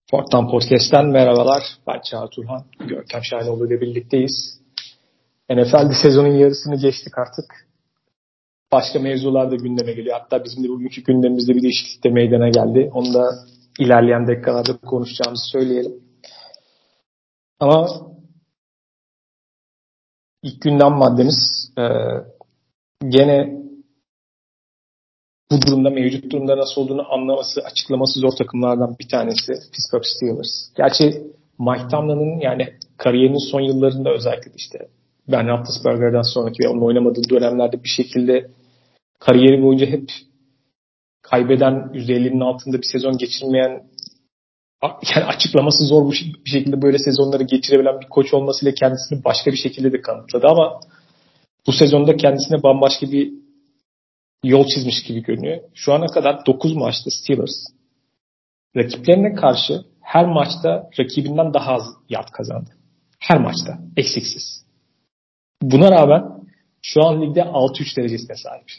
Forttan Podcast'ten merhabalar. Ben Çağatay Turhan. Görkem Şahinoğlu ile birlikteyiz. NFL'de sezonun yarısını geçtik artık. Başka mevzular da gündeme geliyor. Hatta bizim de bugünkü gündemimizde bir değişiklik de meydana geldi. Onu da ilerleyen dakikalarda konuşacağımızı söyleyelim. Ama ilk gündem maddemiz gene bu durumda, mevcut durumda nasıl olduğunu anlaması, açıklaması zor takımlardan bir tanesi Pittsburgh Steelers. Gerçi Mike Tomlin'in yani kariyerinin son yıllarında özellikle işte Ben Roethlisberger'den sonraki ve onun oynamadığı dönemlerde bir şekilde kariyeri boyunca hep kaybeden, %50'nin altında bir sezon geçirmeyen, yani açıklaması zor bir şekilde böyle sezonları geçirebilen bir koç olmasıyla kendisini başka bir şekilde de kanıtladı ama bu sezonda kendisine bambaşka bir yol çizmiş gibi görünüyor. Şu ana kadar 9 maçta Steelers rakiplerine karşı her maçta rakibinden daha az yard kazandı. Her maçta. Eksiksiz. Buna rağmen şu an ligde 6-3 derecesine sahip.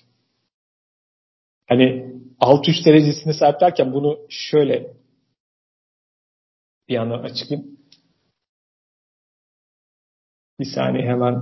Hani 6-3 derecesine sahip derken bunu şöyle bir yandan açıklayayım. Bir saniye hemen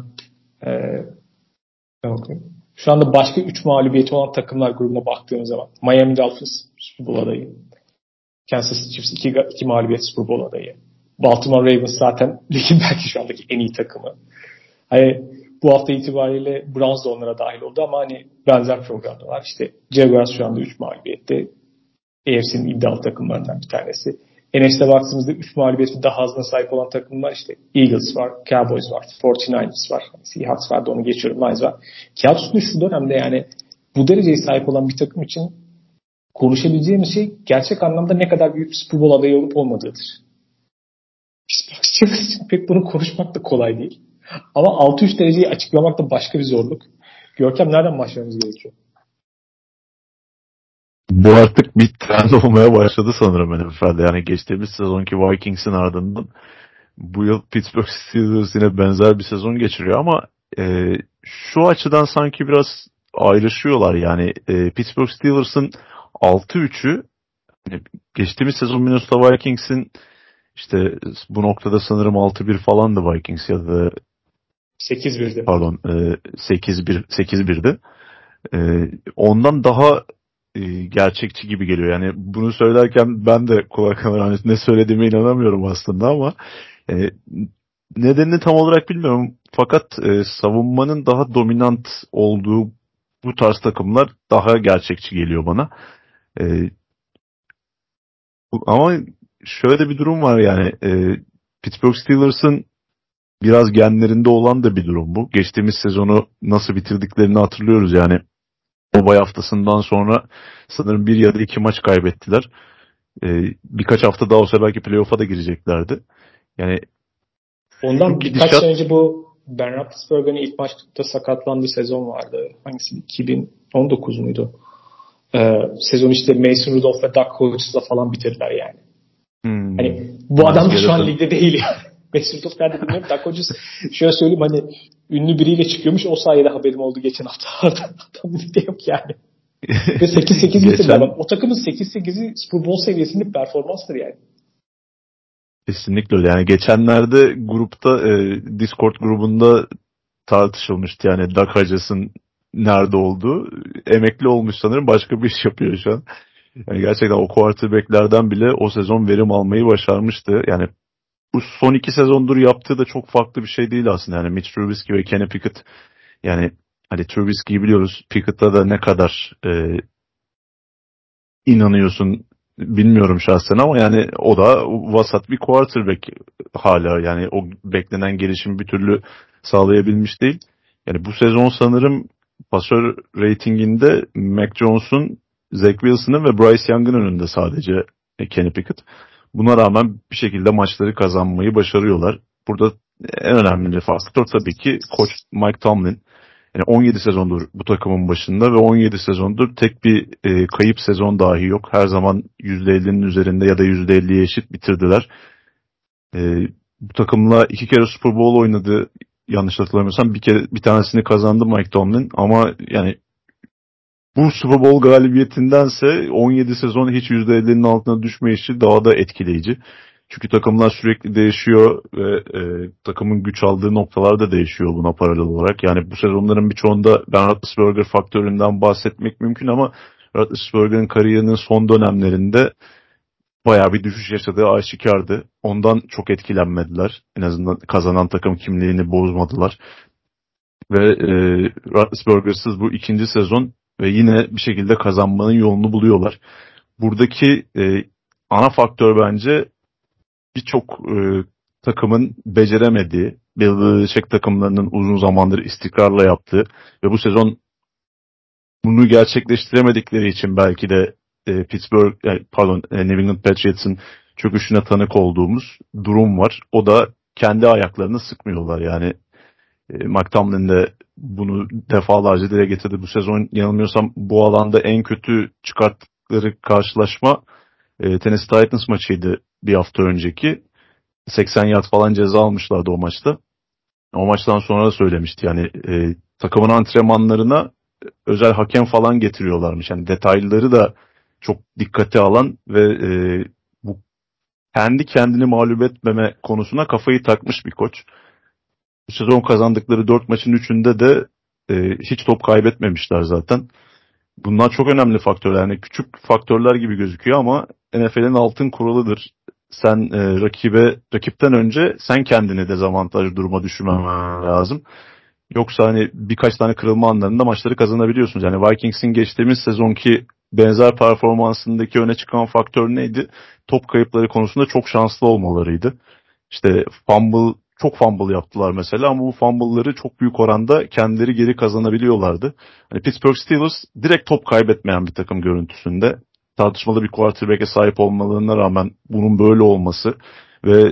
bakayım. Şu anda başka 3 mağlubiyeti olan takımlar grubuna baktığımız zaman Miami Dolphins Super Bowl adayı. Kansas City Chiefs 2 mağlubiyet Super Bowl adayı. Baltimore Ravens zaten ligin belki şu andaki en iyi takımı. Hani bu hafta itibariyle Browns da onlara dahil oldu ama hani benzer programda var. İşte Jaguars şu anda 3 mağlubiyette. AFC'nin iddialı takımlarından bir tanesi. NFC'de baktığımızda 3 mağlubiyeti daha azına sahip olan takımlar işte Eagles var, Cowboys var, 49ers var, Seahawks var da onu geçiyorum, Lions var. Kağıt üstünde şu dönemde yani bu dereceye sahip olan bir takım için konuşabileceğimiz şey gerçek anlamda ne kadar büyük bir Super Bowl adayı olup olmadığıdır. Pittsburgh için pek bunu konuşmak da kolay değil. Ama 6-3 dereceyi açıklamak da başka bir zorluk. Görkem nereden başlamamız gerekiyor? Bu artık bir trend olmaya başladı sanırım NFL'de. Yani geçtiğimiz sezonki Vikings'in ardından bu yıl Pittsburgh Steelers yine benzer bir sezon geçiriyor ama şu açıdan sanki biraz ayrışıyorlar. Yani Pittsburgh Steelers'ın 6-3'ü yani geçtiğimiz sezon Minnesota Vikings'in işte bu noktada sanırım 6-1 falandı Vikings ya da 8-1'di. Pardon 8-1'di. Ondan daha gerçekçi gibi geliyor. Yani bunu söylerken ben de kulak alarak ne söylediğime inanamıyorum aslında ama nedenini tam olarak bilmiyorum. Fakat savunmanın daha dominant olduğu bu tarz takımlar daha gerçekçi geliyor bana. Ama şöyle bir durum var yani Pittsburgh Steelers'ın biraz genlerinde olan da bir durum bu. Geçtiğimiz sezonu nasıl bitirdiklerini hatırlıyoruz yani. O bay haftasından sonra sanırım 1 ya da 2 maç kaybettiler. Birkaç hafta daha olsa belki playoff'a da gireceklerdi. Yani ondan birkaç sene önce bu Ben Roethlisberger'in ilk maçta sakatlandığı sezon vardı. Hangisi? 2019 muydu? Sezon işte Mason Rudolph ve Doug Hodges'la falan bitirdiler yani. Hani bu adam da şu an ligde değil yani. Mason Rudolph nerede bilmiyorum. Doug Hodges şöyle söyleyeyim hani ünlü biriyle çıkıyormuş. O sayede haberim oldu geçen hafta. Adam ligde yok yani. Ve 8-8 bitirdiler. O takımın 8-8'i Super Bowl seviyesinde bir performanstır yani. Kesinlikle öyle. Yani geçenlerde grupta Discord grubunda tartışılmıştı. Yani Doug Hodges'ın nerede olduğu. Emekli olmuş sanırım. Başka bir iş yapıyor şu an. Yani gerçekten o quarterback'lerden bile o sezon verim almayı başarmıştı. Yani bu son 2 sezondur yaptığı da çok farklı bir şey değil aslında. Yani Mitch Trubisky ve Kenny Pickett yani hani Trubisky'yi biliyoruz. Pickett'a da ne kadar inanıyorsun bilmiyorum şahsen ama yani o da vasat bir quarterback hala yani o beklenen gelişimi bir türlü sağlayabilmiş değil. Yani bu sezon sanırım pasör reytinginde Mac Jones'un, Zach Wilson'ın ve Bryce Young'ın önünde sadece Kenny Pickett. Buna rağmen bir şekilde maçları kazanmayı başarıyorlar. Burada en önemli faktör tabii ki koç Mike Tomlin. Yani 17 sezondur bu takımın başında ve 17 sezondur tek bir kayıp sezon dahi yok. Her zaman %50'nin üzerinde ya da %50'ye eşit bitirdiler. Bu takımla 2 kere Super Bowl oynadı. Yanlış hatırlamıyorsam bir tanesini kazandı Mike Tomlin ama yani bu Super Bowl galibiyetindense 17 sezon hiç %50'nin altına düşmeyişi daha da etkileyici. Çünkü takımlar sürekli değişiyor ve takımın güç aldığı noktalar da değişiyor buna paralel olarak. Yani bu sezonların birçoğunda Ben Roethlisberger faktöründen bahsetmek mümkün ama Roethlisberger'in kariyerinin son dönemlerinde bayağı bir düşüş yaşadığı aşikardı. Ondan çok etkilenmediler. En azından kazanan takım kimliğini bozmadılar. Ve Roethlisberger'sız bu ikinci sezon ve yine bir şekilde kazanmanın yolunu buluyorlar. Buradaki ana faktör bence birçok takımın beceremediği, Bill Belichick takımlarının uzun zamandır istikrarla yaptığı ve bu sezon bunu gerçekleştiremedikleri için belki de New England Patriots'ın çöküşüne tanık olduğumuz durum var. O da kendi ayaklarını sıkmıyorlar. Yani Mike Tomlin de bunu defalarca dile getirdi. Bu sezon yanılmıyorsam bu alanda en kötü çıkarttıkları karşılaşma Tennessee Titans maçıydı bir hafta önceki. 80 yard falan ceza almışlardı o maçta. O maçtan sonra da söylemişti. Yani takımın antrenmanlarına özel hakem falan getiriyorlarmış. Yani detayları da çok dikkate alan ve bu kendi kendini mağlup etmeme konusuna kafayı takmış bir koç. Bu sezon kazandıkları 4 maçın 3'ünde de hiç top kaybetmemişler zaten. Bunlar çok önemli faktörler. Yani küçük faktörler gibi gözüküyor ama NFL'in altın kuralıdır. Sen rakipten önce sen kendini dezavantajlı duruma düşürmemen lazım. Yoksa hani birkaç tane kırılma anlarında maçları kazanabiliyorsunuz. Yani Vikings'in geçtiğimiz sezonki benzer performansındaki öne çıkan faktör neydi? Top kayıpları konusunda çok şanslı olmalarıydı. İşte çok fumble yaptılar mesela ama bu fumble'ları çok büyük oranda kendileri geri kazanabiliyorlardı. Hani Pittsburgh Steelers direkt top kaybetmeyen bir takım görüntüsünde. Tartışmalı bir quarterback'e sahip olmalarına rağmen bunun böyle olması ve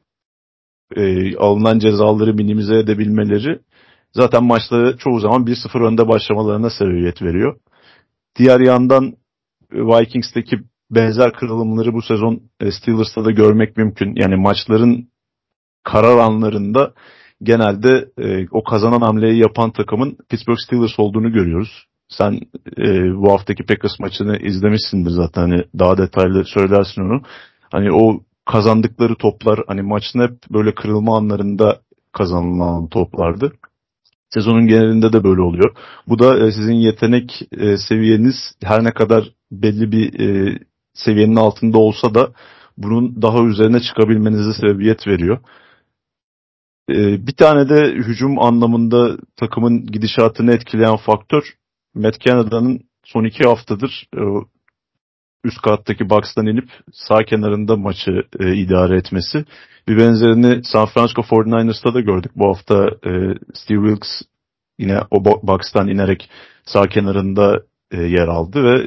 alınan cezaları minimize edebilmeleri zaten maçları çoğu zaman 1-0 önde başlamalarına sebebiyet veriyor. Diğer yandan Vikings'teki benzer kırılımları bu sezon Steelers'ta da görmek mümkün. Yani maçların karar anlarında genelde o kazanan hamleyi yapan takımın Pittsburgh Steelers olduğunu görüyoruz. Sen bu haftaki Packers maçını izlemişsindir zaten. Hani daha detaylı söylersin onu. Hani o kazandıkları toplar hani maçın hep böyle kırılma anlarında kazanılan toplardı. Sezonun genelinde de böyle oluyor. Bu da sizin yetenek seviyeniz her ne kadar belli bir seviyenin altında olsa da bunun daha üzerine çıkabilmenize sebebiyet veriyor. Bir tane de hücum anlamında takımın gidişatını etkileyen faktör Matt Canada'nın son 2 haftadır üst kattaki box'tan inip sağ kenarında maçı idare etmesi. Bir benzerini San Francisco 49ers'ta da gördük. Bu hafta Steve Wilkes yine o box'tan inerek sağ kenarında yer aldı ve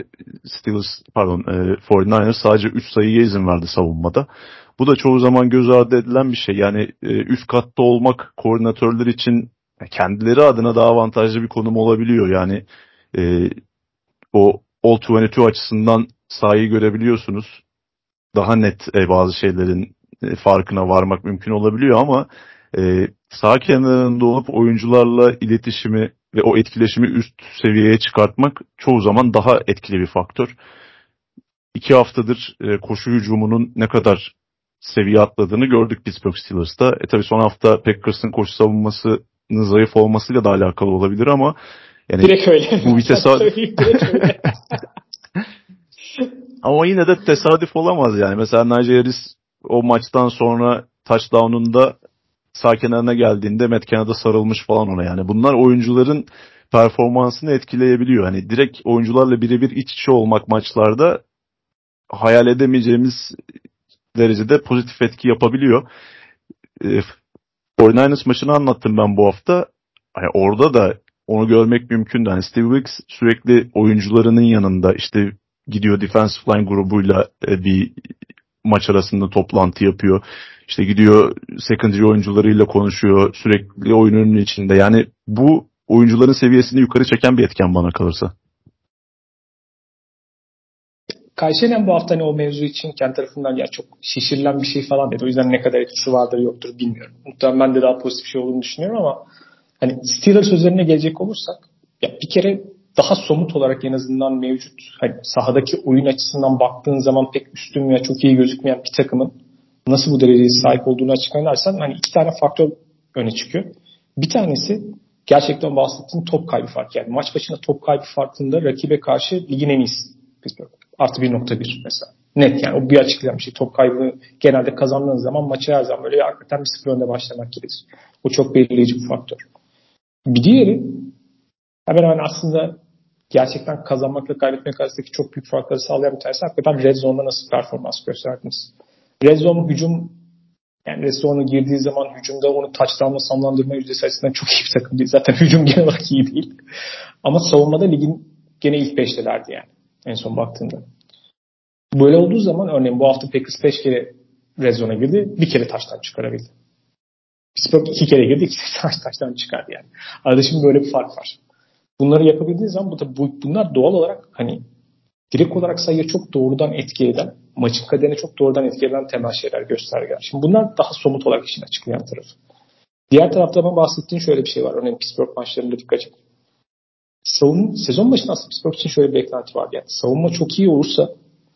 49ers sadece 3 sayıya izin verdi savunmada. Bu da çoğu zaman göz ardı edilen bir şey. Yani üst katta olmak koordinatörler için kendileri adına daha avantajlı bir konum olabiliyor. Yani e, o All-22 açısından sahayı görebiliyorsunuz. Daha net bazı şeylerin farkına varmak mümkün olabiliyor ama sağ kenarında olup oyuncularla iletişimi ve o etkileşimi üst seviyeye çıkartmak çoğu zaman daha etkili bir faktör. 2 haftadır koşu hücumunun ne kadar seviye atladığını gördük Pittsburgh Steelers'ta. Tabii son hafta Packers'ın koşu savunmasının zayıf olmasıyla da alakalı olabilir ama yani direkt öyle. Bu bir direkt öyle. Ama yine de tesadüf olamaz yani. Mesela Najee Harris o maçtan sonra touchdown'unda sağ kenarına geldiğinde Matt Canada sarılmış falan ona yani. Bunlar oyuncuların performansını etkileyebiliyor. Hani direkt oyuncularla birebir iç içe olmak maçlarda hayal edemeyeceğimiz derecede pozitif etki yapabiliyor. 49ers maçını anlattım ben bu hafta. Yani orada da onu görmek mümkündü. Hani Steve Wilkes sürekli oyuncularının yanında işte gidiyor defensive line grubuyla bir maç arasında toplantı yapıyor. İşte gidiyor secondary oyuncularıyla konuşuyor. Sürekli oyunun içinde. Yani bu oyuncuların seviyesini yukarı çeken bir etken bana kalırsa. Kayseri'nin bu hafta o mevzu için kendi tarafından ya çok şişirilen bir şey falan dedi. O yüzden ne kadar etkisi vardır yoktur bilmiyorum. Muhtemelen ben de daha pozitif bir şey olduğunu düşünüyorum ama hani Steelers üzerine gelecek olursak ya bir kere daha somut olarak en azından mevcut hani sahadaki oyun açısından baktığın zaman pek üstün veya çok iyi gözükmeyen bir takımın nasıl bu dereceye sahip olduğunu açıklarsan hani iki tane faktör öne çıkıyor. Bir tanesi gerçekten bahsettiğim top kaybı farkı. Yani maç başına top kaybı farkında rakibe karşı ligin en iyisi. Artı 1.1 mesela. Net yani o bir açıklayan bir şey. Top kaybını genelde kazandığınız zaman maçı her zaman böyle hakikaten 1-0 önde başlamak gerekir. O çok belirleyici bir faktör. Bir diğeri hemen hemen aslında gerçekten kazanmakla kaybetmek arasındaki çok büyük farkları sağlayan bir tanesi hakikaten Red Zone'da nasıl performans gösterdiniz. Red Zone hücum yani Red Zone'a girdiği zaman hücumda onu touchdown'la sonlandırma yüzdesi açısından çok iyi bir takım değil. Zaten hücum genel olarak iyi değil. Ama savunmada ligin gene ilk 5'telerdi yani en son baktığımda. Böyle olduğu zaman örneğin bu hafta Packers 5 kere Red Zone'a girdi. Bir kere taştan çıkarabildi. Pittsburgh 2 kere girdi. 2 kere taştan çıkardı yani. Arada şimdi böyle bir fark var. Bunları yapabildiği zaman bunlar doğal olarak hani direkt olarak sayıya çok doğrudan etki eden, maçın kaderine çok doğrudan etki eden temel şeyler, göstergeler. Şimdi bunlar daha somut olarak işin açıklayan tarafı. Diğer tarafta ben bahsettiğim şöyle bir şey var. Örneğin Pittsburgh maçlarında dikkat edin. Sezon başında aslında Pittsburgh için şöyle bir beklenti var. Yani savunma çok iyi olursa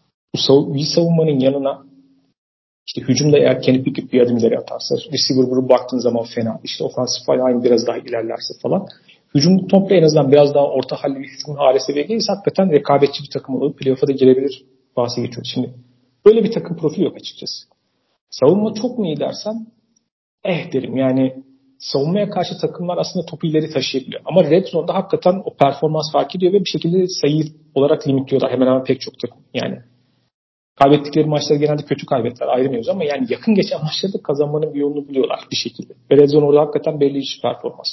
bu iyi savunmanın yanına işte hücumda eğer Kenny Pickett bir adım ileri atarsa, receiver grubu baktığın zaman fena. İşte offensive line biraz daha ilerlerse falan. Hücum topla en azından biraz daha orta halli bir hücum hale seviyeye gelirse hakikaten rekabetçi bir takım olup playoff'a da girebilir bahsi geçiyor. Şimdi böyle bir takım profili yok açıkçası. Savunma çok mu iyi dersen derim. Yani savunmaya karşı takımlar aslında topu ileri taşıyabiliyor. Ama Red Zone'da hakikaten o performans fark ediyor ve bir şekilde sayı olarak limitliyorlar. Hemen hemen pek çok takım. Yani kaybettikleri maçları genelde kötü kaybettiler ayrı mevzu ama yani yakın geçen maçlarda kazanmanın bir yolunu buluyorlar bir şekilde. Ve Red Zone orada hakikaten belirleyici bir performans.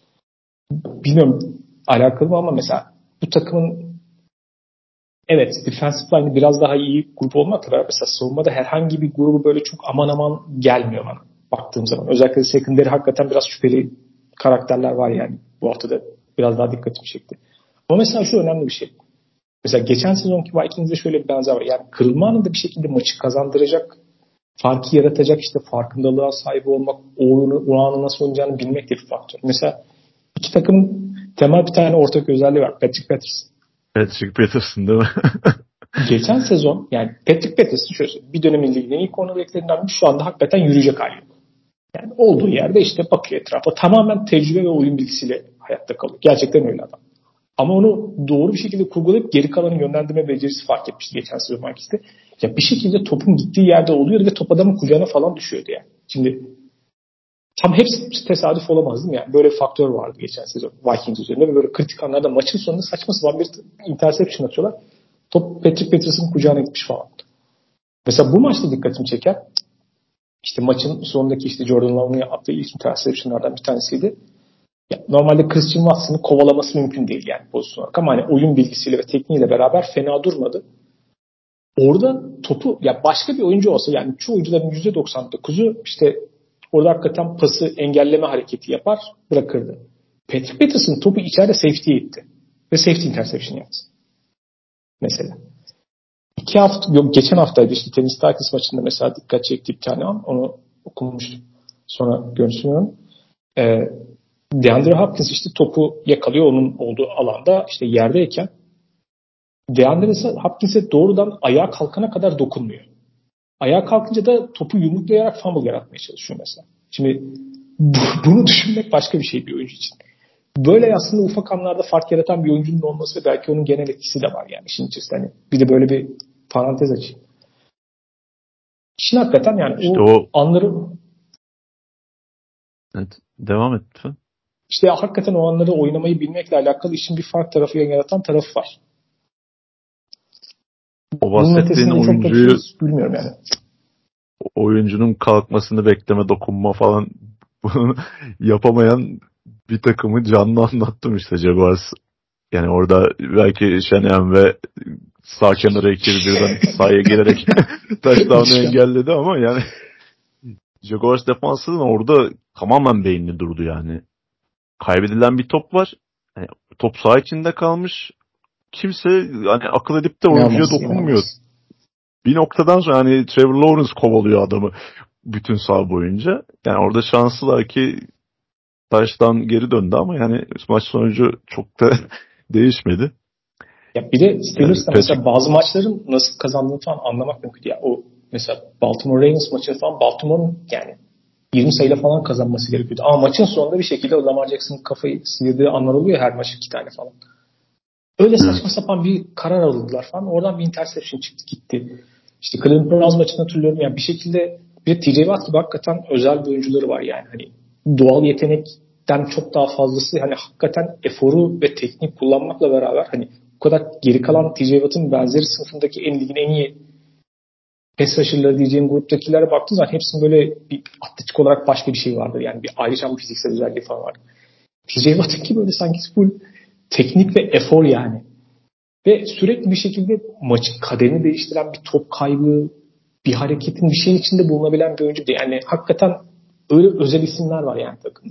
Bilmiyorum alakalı mı ama mesela bu takımın evet defensive line'i biraz daha iyi grup olmakla beraber mesela savunmada herhangi bir grubu böyle çok aman aman gelmiyor bana baktığım zaman. Özellikle secondary hakikaten biraz şüpheli karakterler var yani bu haftada biraz daha dikkatimi çekti. Ama mesela şu önemli bir şey. Mesela geçen sezonki Vikings'de şöyle bir benzer var. Yani kırılma anında bir şekilde maçı kazandıracak, farkı yaratacak işte farkındalığa sahip olmak, o anı nasıl oynayacağını bilmek de bir faktör. Mesela iki takımın temel bir tane ortak özelliği var. Patrick Peterson. Patrick Peterson değil mi? Geçen sezon yani Patrick Peterson şöyle bir dönemin liginin ilk cornerbacklerinden şu anda hakikaten yürüyecek hali yok. Yani olduğu yerde işte bakıyor etrafa. Tamamen tecrübe ve oyun bilgisiyle hayatta kalıyor. Gerçekten öyle adam. Ama onu doğru bir şekilde kurgulayıp geri kalanı yönlendirme becerisi fark etmişti geçen sezon Vikes'te. Ya bir şekilde topun gittiği yerde oluyordu ve top adamın kucağına falan düşüyordu yani. Şimdi tam hepsi tesadüf olamaz değil mi? Yani böyle bir faktör vardı geçen sezon Vikings üzerinde ve böyle kritik anlarda maçın sonunda saçma sapan bir interception atıyorlar. Top Patrick Peterson'ın kucağına gitmiş falan. Mesela bu maçta dikkatimi çeken işte maçın sonundaki işte Jordan Love'ın yaptığı ilk interceptionlardan bir tanesiydi. Ya, normalde Christian Watson'ı kovalaması mümkün değil yani pozisyon olarak ama hani oyun bilgisiyle ve tekniğiyle beraber fena durmadı. Orada topu ya başka bir oyuncu olsa yani çoğu oyuncuların %99'u işte orada hakikaten pası engelleme hareketi yapar bırakırdı. Patrick Peterson topu içeride safety'ye itti. Ve safety interception yaptı. Mesela. Geçen haftaydı işte Tennessee Titans maçında mesela dikkat çekti bir tane an. Onu okumuştum. Sonra görüntüsünü. DeAndre Hopkins işte topu yakalıyor onun olduğu alanda işte yerdeyken DeAndre Hopkins'e doğrudan ayağa kalkana kadar dokunmuyor. Ayağa kalkınca da topu yumruklayarak fumble yaratmaya çalışıyor mesela. Şimdi bunu düşünmek başka bir şey bir oyuncu için. Böyle aslında ufak anlarda fark yaratan bir oyuncunun olması belki onun genel etkisi de var yani işin içerisinde. Hani bir de böyle bir parantez açayım. İşin hakikaten yani İşte o anları evet, devam et lütfen. işte hakikaten o anları oynamayı bilmekle alakalı işin bir fark tarafı yaratan tarafı var. O Bunun bahsettiğin ötesinde çok da bir şey bilmiyorum yani. oyuncunun kalkmasını bekleme, dokunma falan bunu yapamayan bir takımı canlı anlattım işte Jaguars. Yani orada belki Shanahan ve sağ kenara ekibi birden sahaya girerek touchdown'u engelledi ama yani Jaguars defansının orada tamamen beyni durdu yani. Kaybedilen bir top var. Yani top saha içinde kalmış. Kimse hani akıl edip de oyuncuya dokunmuyor. Bir noktadan sonra hani Trevor Lawrence kovalıyor adamı bütün saha boyunca. Yani orada şanslılar ki taştan geri döndü ama yani maç sonucu çok da değişmedi. Ya bir de Steelers'ta mesela bazı maçların nasıl kazandığını falan anlamak mümkün. Ya o mesela Baltimore Ravens maçı falan Baltimore'un yani 20 sayıyla falan kazanması gerekiyordu. Ama maçın sonunda bir şekilde Lamar Jackson'ın kafayı sıyırdığı anlar oluyor her maç 2 tane falan. Öyle saçma sapan bir karar aldılar falan. Oradan bir interception çıktı gitti. İşte Cleveland Browns maçını hatırlıyorum. Yani bir şekilde bir TJ Watt gibi hakikaten özel bir oyuncuları var yani. Hani doğal yetenekten çok daha fazlası hani hakikaten eforu ve teknik kullanmakla beraber hani bu kadar geri kalan TJ Watt'ın benzeri sınıfındaki ligin en iyi pass rusher'ları diyeceğim gruptakilere baktığınız zaman hepsinin böyle bir atletik olarak başka bir şey vardır. Yani bir ayrıca bir fiziksel özelliği falan var. TJ Watt'ınki böyle sanki full teknik ve efor yani. Ve sürekli bir şekilde maçın kaderini değiştiren bir top kaybı, bir hareketin bir şeyin içinde bulunabilen bir oyuncu değil. Yani hakikaten öyle özel isimler var yani takımda.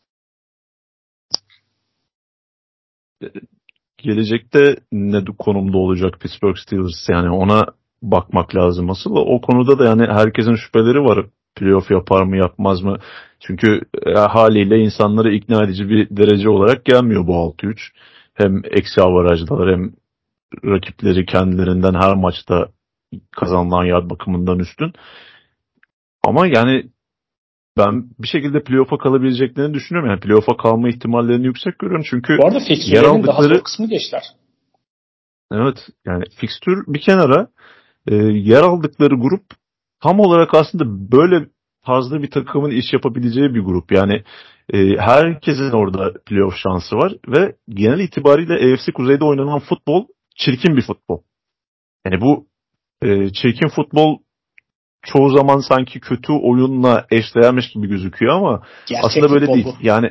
Gelecekte ne konumda olacak Pittsburgh Steelers, yani ona bakmak lazım asıl. O konuda da yani herkesin şüpheleri var. Playoff yapar mı yapmaz mı? Çünkü haliyle insanları ikna edici bir derece olarak gelmiyor bu 6-3. Hem eksi avarajdalar hem rakipleri kendilerinden her maçta kazanılan yard bakımından üstün. Ama yani ben bir şekilde playoff'a kalabileceklerini düşünüyorum. Yani playoff'a kalma ihtimallerini yüksek görüyorum. Çünkü Bu arada yer fikstürlerin daha zor aldıkları, kısmı geçtiler. evet yani fikstür bir kenara, yer aldıkları grup tam olarak aslında böyle tarzda bir takımın iş yapabileceği bir grup. Yani herkesin orada playoff şansı var ve genel itibariyle AFC Kuzey'de oynanan futbol çirkin bir futbol. Yani bu çirkin futbol çoğu zaman sanki kötü oyunla eşdeğermiş gibi gözüküyor ama Gerçek aslında böyle futbol değil. bu. Yani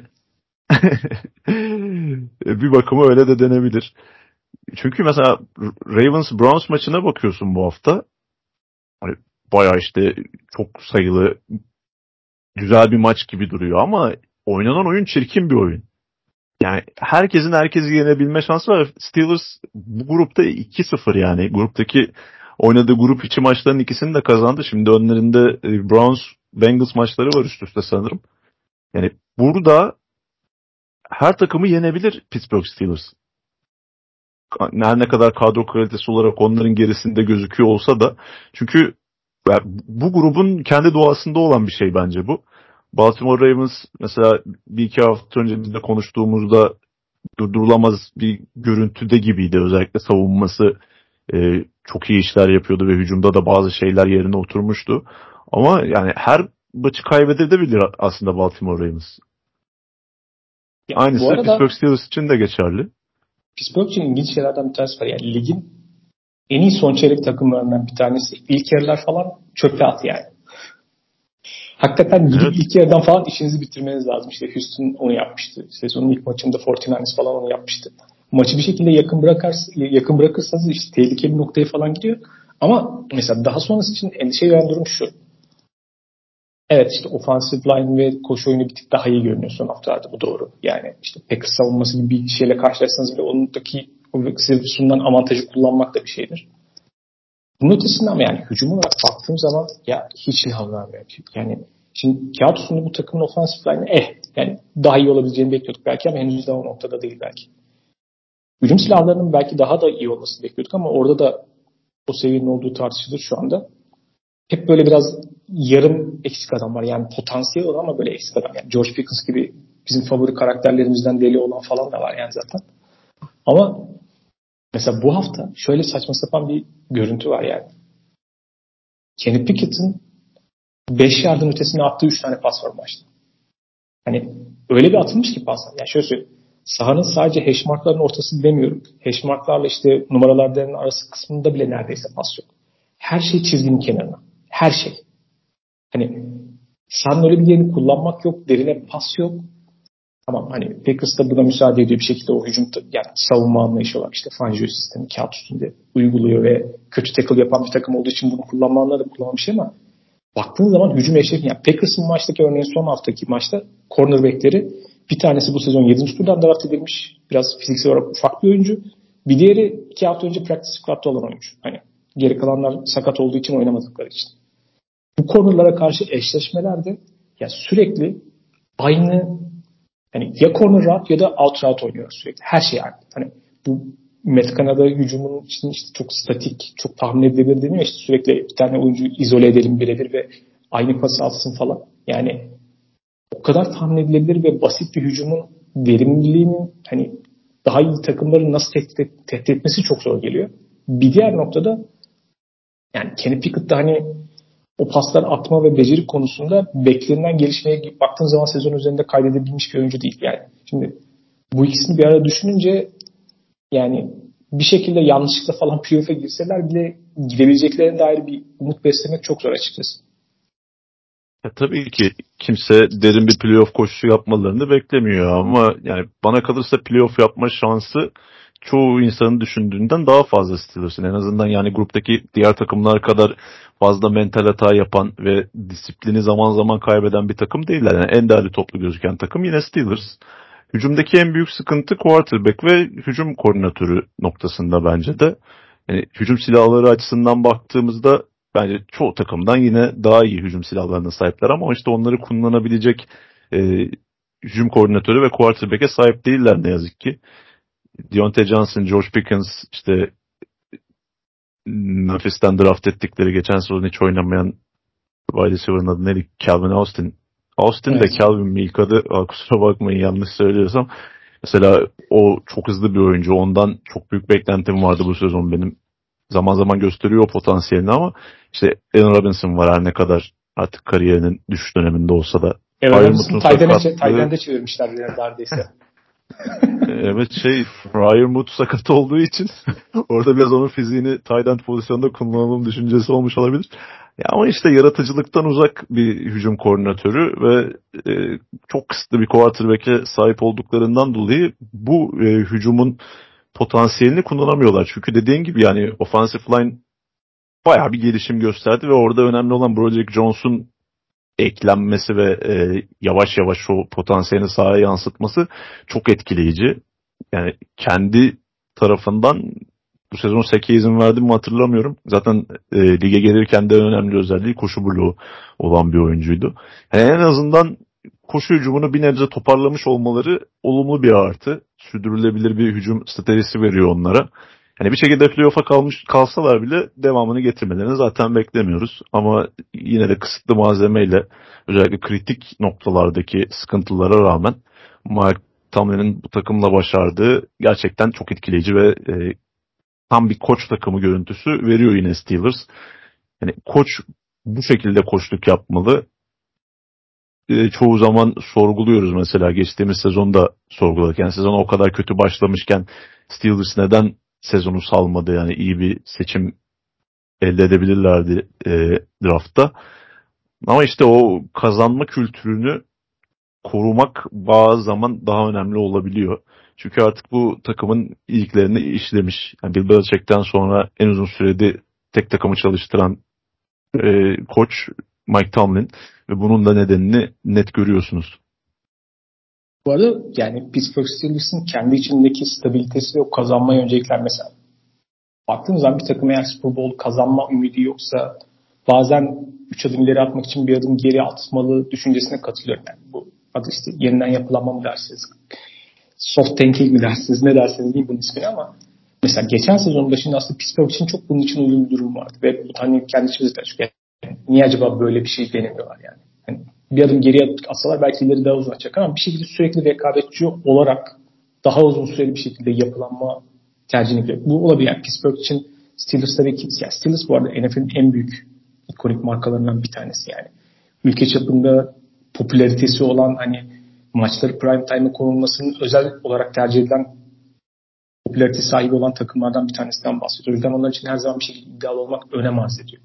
bir bakıma öyle de denebilir. Çünkü mesela Ravens Browns maçına bakıyorsun bu hafta. Hani bayağı işte çok sayılı güzel bir maç gibi duruyor ama oynanan oyun çirkin bir oyun. Yani herkesin herkesi yenebilme şansı var. Steelers bu grupta 2-0 yani. Gruptaki oynadığı grup içi maçların ikisini de kazandı. Şimdi önlerinde Browns Bengals maçları var üst üste sanırım. Yani burada her takımı yenebilir Pittsburgh Steelers. Her ne kadar kadro kalitesi olarak onların gerisinde gözüküyor olsa da. Çünkü bu grubun kendi doğasında olan bir şey bence bu. Baltimore Ravens mesela bir iki hafta önce bizle konuştuğumuzda durdurulamaz bir görüntüde gibiydi. Özellikle savunması çok iyi işler yapıyordu ve hücumda da bazı şeyler yerine oturmuştu. Ama yani her maçı kaybedebilir aslında Baltimore Ravens. Ya, bu Aynısı Pittsburgh arada Steelers için de geçerli. Pittsburgh için ilginç şeylerden bir tanesi var. Yani ligin en iyi son çeyrek takımlarından bir tanesi. İlk yarılar falan çöpe at yani. Hakikaten gidip Evet. ilk yarıdan falan işinizi bitirmeniz lazım. İşte Houston onu yapmıştı. Sezonun ilk maçında 49ers falan onu yapmıştı. Maçı bir şekilde yakın bırakırsanız işte tehlikeli noktaya falan gidiyor. Ama mesela daha sonrası için endişe veren durum şu. Evet işte offensive line ve koşu oyunu bir tık daha iyi görünüyor son haftalarda, bu doğru. Yani işte Packers savunması gibi bir şeyle karşılaşsanız bile ondaki size sunulan avantajı kullanmak da bir şeydir. Bunun ötesinde ama yani hücum olarak baktığım zaman ya hiç ilham vermiyor. Yani şimdi kağıt üstünde bu takımın offensive line'ı yani daha iyi olabileceğini bekliyorduk belki ama henüz daha o noktada değil belki. Hücum silahlarının belki daha da iyi olmasını bekliyorduk ama orada da o seviyenin olduğu tartışılır şu anda. Hep böyle biraz yarım eksik adam var. Yani potansiyel olan ama böyle eksik adam. Yani George Pickens gibi bizim favori karakterlerimizden deli olan falan da var yani zaten. Ama mesela bu hafta şöyle saçma sapan bir görüntü var yani. Kenny Pickett'ın 5 yardım ötesine attığı 3 tane pas var maçta. Hani öyle bir atılmış ki paslar. Yani şöyle söyleyeyim. Sahanın sadece hash markların ortası demiyorum. Hash marklarla işte numaraların arası kısmında bile neredeyse pas yok. Her şey çizginin kenarına. Her şey. Hani sahanın öyle bir yerini kullanmak yok. Derine pas yok. Tamam hani Packers da buna müsaade ediyor bir şekilde, o hücum yani savunma anlayışı olarak işte Fangio sistemi kağıt üstünde uyguluyor ve kötü tackle yapan bir takım olduğu için bunu kullanmanlar da kullanmış ama baktığın zaman hücum eşleşmiyor. Yani Packers'ın maçtaki örneğin son haftaki maçta cornerback'leri bir tanesi bu sezon 7. turdan draft edilmiş. Biraz fiziksel olarak ufak bir oyuncu. Bir diğeri 2 hafta önce practice squad'da olan oyuncu. Hani geri kalanlar sakat olduğu için oynamadıkları için. Bu cornerlara karşı eşleşmelerde ya sürekli aynı hani ya corner route ya da out route oynuyor sürekli. Her şey aynı. Hani bu Metcalf'a hücumun için işte çok statik, çok tahmin edilebilir deniyor. İşte sürekli bir tane oyuncu izole edelim birebir ve aynı pası atsın falan. Yani o kadar tahmin edilebilir ve basit bir hücumun verimliliğinin hani daha iyi takımları nasıl tehdit etmesi çok zor geliyor. Bir diğer noktada yani Kenny Pickett'da hani o paslar atma ve beceri konusunda beklenilen gelişmeye baktığın zaman sezon üzerinde kaydedebilmiş bir oyuncu değil. Yani şimdi bu ikisini bir arada düşününce yani bir şekilde yanlışlıkla falan playoff'a girseler bile gidebileceklerine dair bir umut beslemek çok zor açıkçası. Tabii ki kimse derin bir playoff koşusu yapmalarını beklemiyor ama yani bana kalırsa playoff yapma şansı çoğu insanın düşündüğünden daha fazla Steelers'ın. En azından yani gruptaki diğer takımlar kadar fazla mental hata yapan ve disiplini zaman zaman kaybeden bir takım değiller. Yani en değerli toplu gözüken takım yine Steelers. Hücumdaki en büyük sıkıntı quarterback ve hücum koordinatörü noktasında bence de. Yani hücum silahları açısından baktığımızda bence çoğu takımdan yine daha iyi hücum silahlarına sahipler ama işte onları kullanabilecek hücum koordinatörü ve quarterback'e sahip değiller ne yazık ki. Deontay Johnson, George Pickens, işte Memphis'ten draft ettikleri geçen sezon hiç oynamayan wide receiver'ın adı neydi? Calvin Austin. Austin de Evet. Calvin mi ilk adı? Kusura bakmayın yanlış söylüyorsam. Mesela o çok hızlı bir oyuncu. Ondan çok büyük beklentim vardı bu sezon benim. Zaman zaman gösteriyor o potansiyelini ama işte Allen Robinson var her ne kadar artık kariyerinin düşüş döneminde olsa da. Aaron Freiermuth'un Robinson sakatlığı Tayden'de çevirmişler neredeyse. evet Freiermuth sakat olduğu için orada biraz onun fiziğini tight end pozisyonda kullanalım düşüncesi olmuş olabilir. Ya ama işte yaratıcılıktan uzak bir hücum koordinatörü ve çok kısıtlı bir quarterback'e sahip olduklarından dolayı bu hücumun potansiyelini kullanamıyorlar. Çünkü dediğin gibi yani offensive line bayağı bir gelişim gösterdi ve orada önemli olan Broderick Jones'un eklenmesi ve yavaş yavaş o potansiyelini sahaya yansıtması çok etkileyici. Yani kendi tarafından bu sezon seke izin verdi mi hatırlamıyorum. Zaten lige gelirken de önemli özelliği koşu bloğu olan bir oyuncuydu. Yani en azından koşu hücumunu bir nebze toparlamış olmaları olumlu bir artı. Sürdürülebilir bir hücum stratejisi veriyor onlara. Yani bir şekilde playoff'a kalsalar bile devamını getirmelerini zaten beklemiyoruz. Ama yine de kısıtlı malzemeyle özellikle kritik noktalardaki sıkıntılara rağmen Mike Tomlin'in bu takımla başardığı gerçekten çok etkileyici ve tam bir koç takımı görüntüsü veriyor yine Steelers. Yani koç bu şekilde koçluk yapmalı. Çoğu zaman sorguluyoruz mesela geçtiğimiz sezonda sorguladık. Yani sezon o kadar kötü başlamışken Steelers neden sezonu salmadı yani iyi bir seçim elde edebilirlerdi draftta. Ama işte o kazanma kültürünü korumak bazı zaman daha önemli olabiliyor. Çünkü artık bu takımın ilklerini işlemiş. Yani Bill Belichick'ten sonra en uzun sürede tek takımı çalıştıran koç Mike Tomlin ve bunun da nedenini net görüyorsunuz. Bu arada yani Pittsburgh Steelers'ın kendi içindeki stabilitesi ve o kazanmayı öncelikler mesela. Baktığınız zaman bir takım eğer Super Bowl kazanma ümidi yoksa bazen 3 adım ileri atmak için bir adım geri atmalı düşüncesine katılıyorum. Yani bu adı işte yeniden yapılanma mı dersiniz, soft tanking mi dersiniz, ne dersiniz diyeyim bunun ismini ama mesela geçen sezonun başında aslında Pittsburgh için çok bunun için uygun bir durum vardı. Ve bu hani kendi içimizde çünkü niye acaba böyle bir şey denemiyorlar yani. Hani bir adım geriye atsalar belki ileri daha uzun atacak ama bir şekilde sürekli rekabetçi olarak daha uzun süreli bir şekilde yapılanma tercihini yapıyor. Bu olabilir. Yani Pittsburgh için Steelers tabii ki. Yani Steelers bu arada NFL'in en büyük ikonik markalarından bir tanesi yani. Ülke çapında popülaritesi olan hani maçları prime time'a konulmasının özel olarak tercih edilen popülarite sahibi olan takımlardan bir tanesinden bahsediyor. O yüzden onlar için her zaman bir şekilde iddialı olmak önem arz ediyor.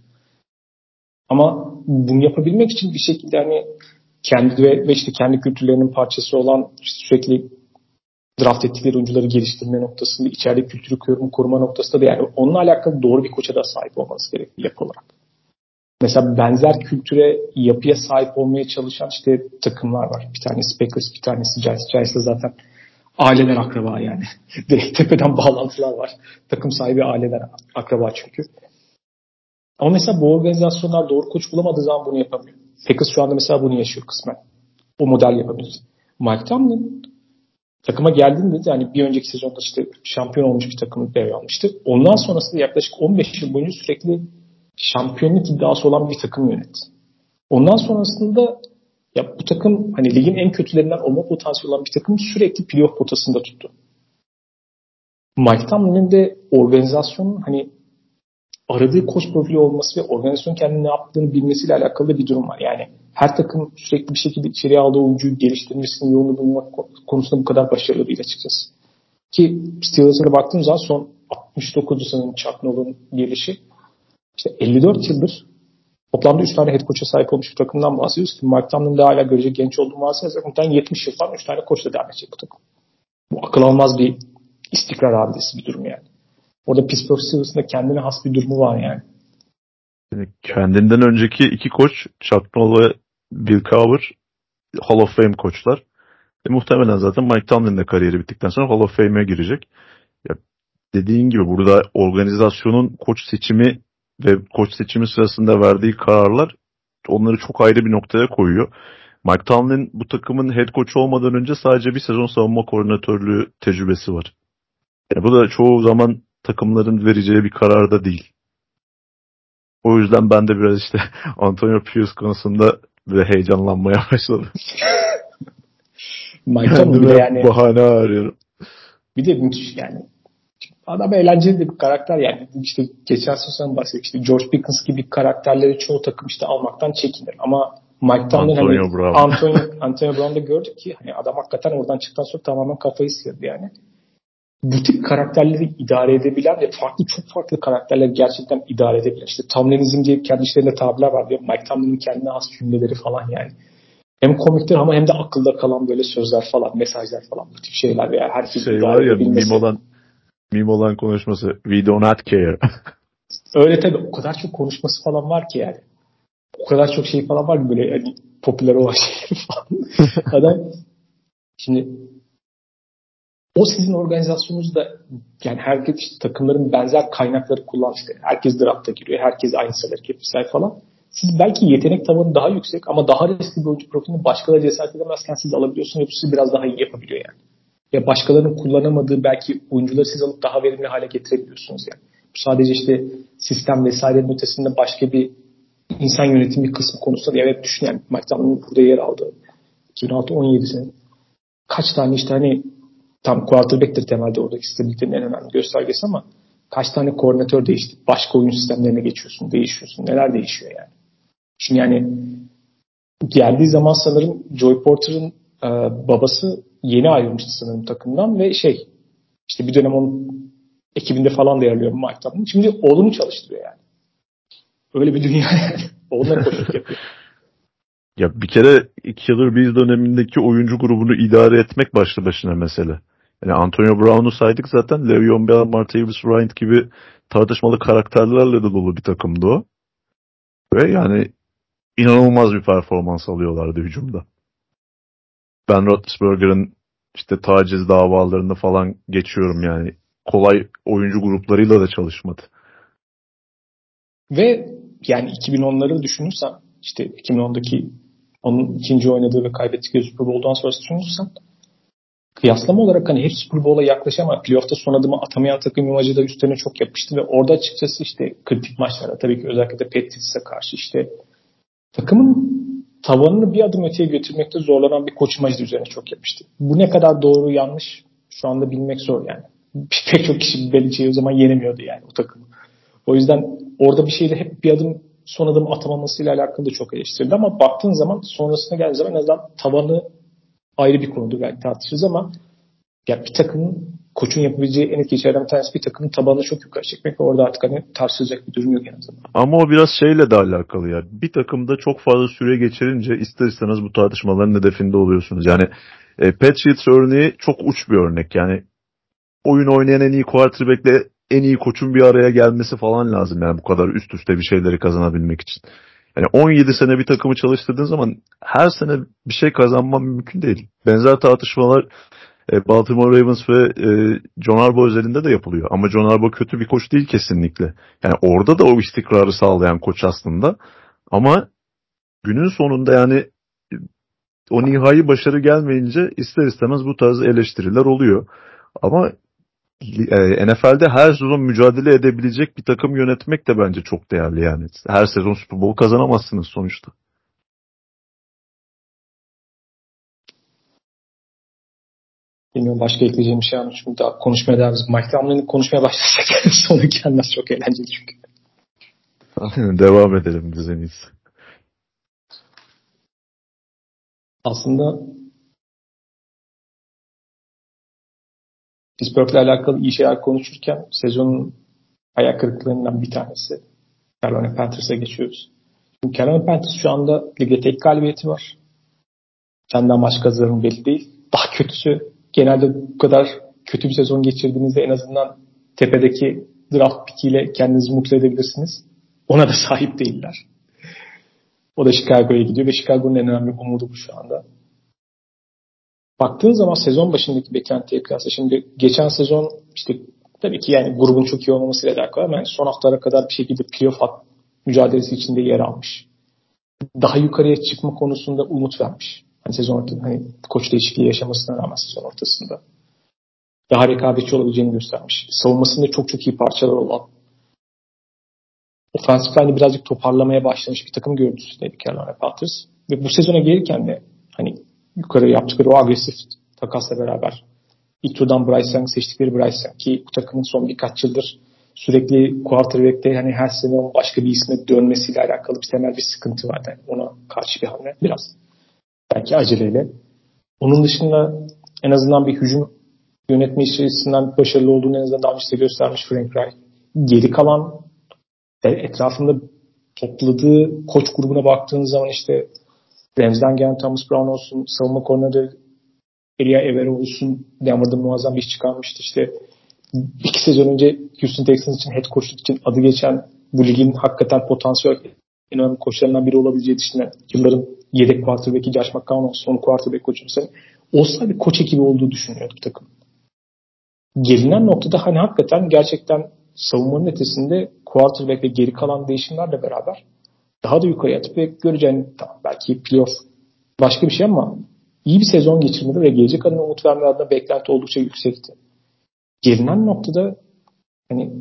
Ama bunu yapabilmek için bir şekilde hani kendi ve işte kendi kültürlerinin parçası olan işte sürekli draft ettikleri oyuncuları geliştirme noktasında içeride kültürü koruma noktasında da yani onunla alakalı doğru bir koça da sahip olması gerekiyor yapı olarak. Mesela benzer kültüre, yapıya sahip olmaya çalışan işte takımlar var. Bir tanesi Packers, bir tanesi Giants. Giants'la zaten aileler akraba yani. Direkt tepeden bağlantılar var. Takım sahibi aileler akraba çünkü. Ama mesela bu organizasyonlar doğru koç bulamadığı zaman bunu yapamıyor. Packers şu anda mesela bunu yaşıyor kısmen. O model yapabilir. Mike Tomlin takıma geldiğinde de yani bir önceki sezonda işte şampiyon olmuş bir takımı devralmıştı. Ondan sonrasında yaklaşık 15 yıl boyunca sürekli şampiyonluk iddiası olan bir takım yönetti. Ondan sonrasında ya bu takım hani ligin en kötülerinden olma potansiyeli olan bir takım sürekli playoff potasında tuttu. Mike Tomlin'in de organizasyonun hani aradığı koç profili olması ve organizasyonun kendini ne yaptığını bilmesiyle alakalı da bir durum var. Yani her takım sürekli bir şekilde içeriye aldığı oyuncuyu geliştirmesinin yolunu bulmak konusunda bu kadar başarılı değil açıkçası. Ki Steelers'a baktığımız zaman son 69 sanırım Chuck Noll'un gelişi. İşte 54 yıldır toplamda 3 tane head coach'a sahip olmuş bir takımdan bahsediyoruz ki Mike Tomlin de hala görecek genç olduğu varsayarsak muhtemelen 70 yıl falan 3 tane koçla devam edecek bu takım. Bu akıl almaz bir istikrar abidesi bir durum yani. Orada Pittsburgh Steelers'ın da kendine has bir durumu var yani. Yani kendinden önceki iki koç Chuck Noll ve Bill Cowher Hall of Fame koçlar. Muhtemelen zaten Mike Tomlin de kariyeri bittikten sonra Hall of Fame'e girecek. Ya dediğin gibi burada organizasyonun koç seçimi ve koç seçimi sırasında verdiği kararlar onları çok ayrı bir noktaya koyuyor. Mike Tomlin bu takımın head coach olmadan önce sadece bir sezon savunma koordinatörlüğü tecrübesi var. Yani bu da çoğu zaman takımların vereceği bir karar da değil. O yüzden ben de biraz işte Antonio Pierce konusunda böyle heyecanlanmaya başladım. Mike Tomlin bir de Kendime yani bahane arıyorum. bir de müthiş yani. Adam eğlenceli de bir karakter yani. İşte geçen sezon bahsettik. İşte George Pickens gibi karakterleri çoğu takım işte almaktan çekinir. Ama Mike Tomlin hani Antonio Brown. Antonio Brown'da gördük ki hani adam hakikaten oradan çıktıktan sonra tamamen kafayı sıyırdı yani. Bu tip karakterleri idare edebilen ve çok farklı karakterleri gerçekten idare edebilen. İşte Tomlinizm diye kendi işlerinde tabirler var diyor. Mike Tomlin'in kendine has cümleleri falan yani. Hem komiktir ama hem de akılda kalan böyle sözler falan, mesajlar falan bu tip şeyler veya herkes Şey idare var ya edebilmesi. meme olan konuşması. We do not care. Öyle tabii o kadar çok konuşması falan var ki yani. O kadar çok şey falan var ki böyle hani popüler olan şeyler falan. Adam şimdi o sizin organizasyonunuzda yani herkes işte takımların benzer kaynakları kullan işte. Herkes drafta giriyor. Herkes aynı salary cap sahip falan. Siz belki yetenek tavanı daha yüksek ama daha riskli bir oyuncu profilini başkaları cesaret edemezken siz alabiliyorsunuz ve bu sizi biraz daha iyi yapabiliyor yani. Ya başkalarının kullanamadığı belki oyuncuları siz alıp daha verimli hale getirebiliyorsunuz yani. Bu sadece işte sistem vesairenin ötesinde başka bir insan yönetimi kısmı konusunda diye evet düşün yani Mike Tomlin'in burada yer aldığı 2006-17 sene kaç tane işte hani tam quarterback'tir temelde oradaki stabilitenin en önemli göstergesi ama kaç tane koordinatör değişti. Başka oyun sistemlerine geçiyorsun, değişiyorsun. Neler değişiyor yani. Şimdi yani geldiği zaman sanırım Joey Porter'ın babası yeni ayrılmıştı sanırım takımdan ve işte bir dönem onun ekibinde falan da yer alıyor Mike Tomlin. Şimdi oğlunu çalıştırıyor yani. Öyle bir dünya yani. Oğluna koçluk yapıyor. Ya bir kere Killer Bees dönemindeki oyuncu grubunu idare etmek başlı başına mesele. Yani Antonio Brown'u saydık zaten. Le'Veon Bell, Martavis Bryant gibi tartışmalı karakterlerle de dolu bir takımdı o. Ve yani inanılmaz bir performans alıyorlardı hücumda. Ben Roethlisberger'ın işte taciz davalarını falan geçiyorum yani. Kolay oyuncu gruplarıyla da çalışmadı. Ve yani 2010'ları düşünürsen işte 2010'daki onun ikinci oynadığı ve kaybettiği Super Bowl'dan sonra düşünürsen kıyaslama olarak hani hep Super Bowl'a yaklaşamayan, playoff'ta son adımı atamayan takım imajı da üstlerine çok yapıştı ve orada açıkçası işte kritik maçlarda tabii ki özellikle de Patriots'a karşı işte takımın tavanını bir adım öteye götürmekte zorlanan bir koç imajı da üzerine çok yapıştı. Bu ne kadar doğru yanlış şu anda bilmek zor yani. Pek çok kişi Belichick'i o zaman yenemiyordu yani o takımı. O yüzden orada bir şeyle hep bir adım son adım atamamasıyla alakalı da çok eleştirildi ama baktığın zaman sonrasına geldiği zaman en azından tavanı ayrı bir konudur belki tartışırız ama ya bir takımın koçun yapabileceği en etkili şeylerden bir tanesi bir takımın tabanını çok yukarı çekmek ve orada artık hani tartışılacak bir durum yok en azından. Ama o biraz şeyle de alakalı ya. Bir takımda çok fazla süre geçirince ister istemez bu tartışmaların hedefinde oluyorsunuz. Yani Patriots örneği çok uç bir örnek. Yani oyun oynayan en iyi quarterback'le en iyi koçun bir araya gelmesi falan lazım. Yani bu kadar üst üste bir şeyleri kazanabilmek için. Yani 17 sene bir takımı çalıştırdığın zaman her sene bir şey kazanman mümkün değil. Benzer tartışmalar Baltimore Ravens ve John Harbaugh özelinde de yapılıyor. Ama John Harbaugh kötü bir koç değil kesinlikle. Yani orada da o istikrarı sağlayan koç aslında. Ama günün sonunda yani o nihai başarı gelmeyince ister istemez bu tarz eleştiriler oluyor. Ama NFL'de her sezon mücadele edebilecek bir takım yönetmek de bence çok değerli yani. Her sezon Super Bowl kazanamazsınız sonuçta. Bilmiyorum, başka ekleyeceğim bir şey var mı? Çünkü daha konuşmaya devam edeceğiz. Mike Tomlin'in konuşmaya başlasak sonu gelmez, çok eğlenceli çünkü. Devam edelim biz en iyisi. Aslında Pittsburgh'le alakalı iyi şeyler konuşurken sezonun ayak kırıklarından bir tanesi Carolina Panthers'a geçiyoruz. Şimdi Carolina Panthers şu anda ligde tek galibiyeti var. Senden maç kazanır belli değil. Daha kötüsü, genelde bu kadar kötü bir sezon geçirdiğinizde en azından tepedeki draft pickiyle kendinizi mutlu edebilirsiniz. Ona da sahip değiller. O da Chicago'ya gidiyor ve Chicago'nun en önemli umudu bu şu anda. Baktığın zaman sezon başındaki beklentiye kıyasla şimdi geçen sezon işte tabii ki yani grubun çok iyi olmamasıyla alakalı ama yani son haftalara kadar bir şekilde playoff mücadelesi içinde yer almış. Daha yukarıya çıkma konusunda umut vermiş. Hani sezon ortasında, hani koç değişikliği yaşamasına rağmen sezon ortasında daha rekabetçi olabileceğini göstermiş. Savunmasında çok çok iyi parçalar olan, offensive line'i birazcık toparlamaya başlamış bir takım görüntüsündeydi Carolina Panthers. Ve bu sezona gelirken de hani yukarı yaptıkları o agresif takasla beraber ilk turdan Bryce Young seçtikleri Bryce Young ki bu takımın son birkaç yıldır sürekli quarterback'te hani her sene başka bir isme dönmesiyle alakalı bir temel bir sıkıntı var. Yani ona karşı bir hamle biraz. Belki aceleyle. Onun dışında en azından bir hücum yönetme içerisinden başarılı olduğunu en azından daha önce göstermiş Frank Reich. Geri kalan etrafında topladığı koç grubuna baktığınız zaman işte Rams'den gelen Thomas Brown olsun, savunma koordinatörü Elia Evero olsun, Denver'da muazzam bir iş çıkarmıştı. İşte 2 sezon önce Houston Texans için head coachluk için adı geçen, bu ligin hakikaten potansiyel en önemli koçlarından biri olabileceği düşünülen yılların yedek quarterback'i Josh McCown olsun, son quarterback koçu mesela olsa bir koç ekibi olduğu düşünüyordu takım. Gelinen noktada hani hakikaten gerçekten savunmanın ötesinde quarterback ve geri kalan değişimlerle beraber daha da yukarı atıp ve göreceğin tamam, belki playoff başka bir şey ama iyi bir sezon geçirmedi ve gelecek adına umut verme adına beklenti oldukça yüksekti. Gelinen noktada hani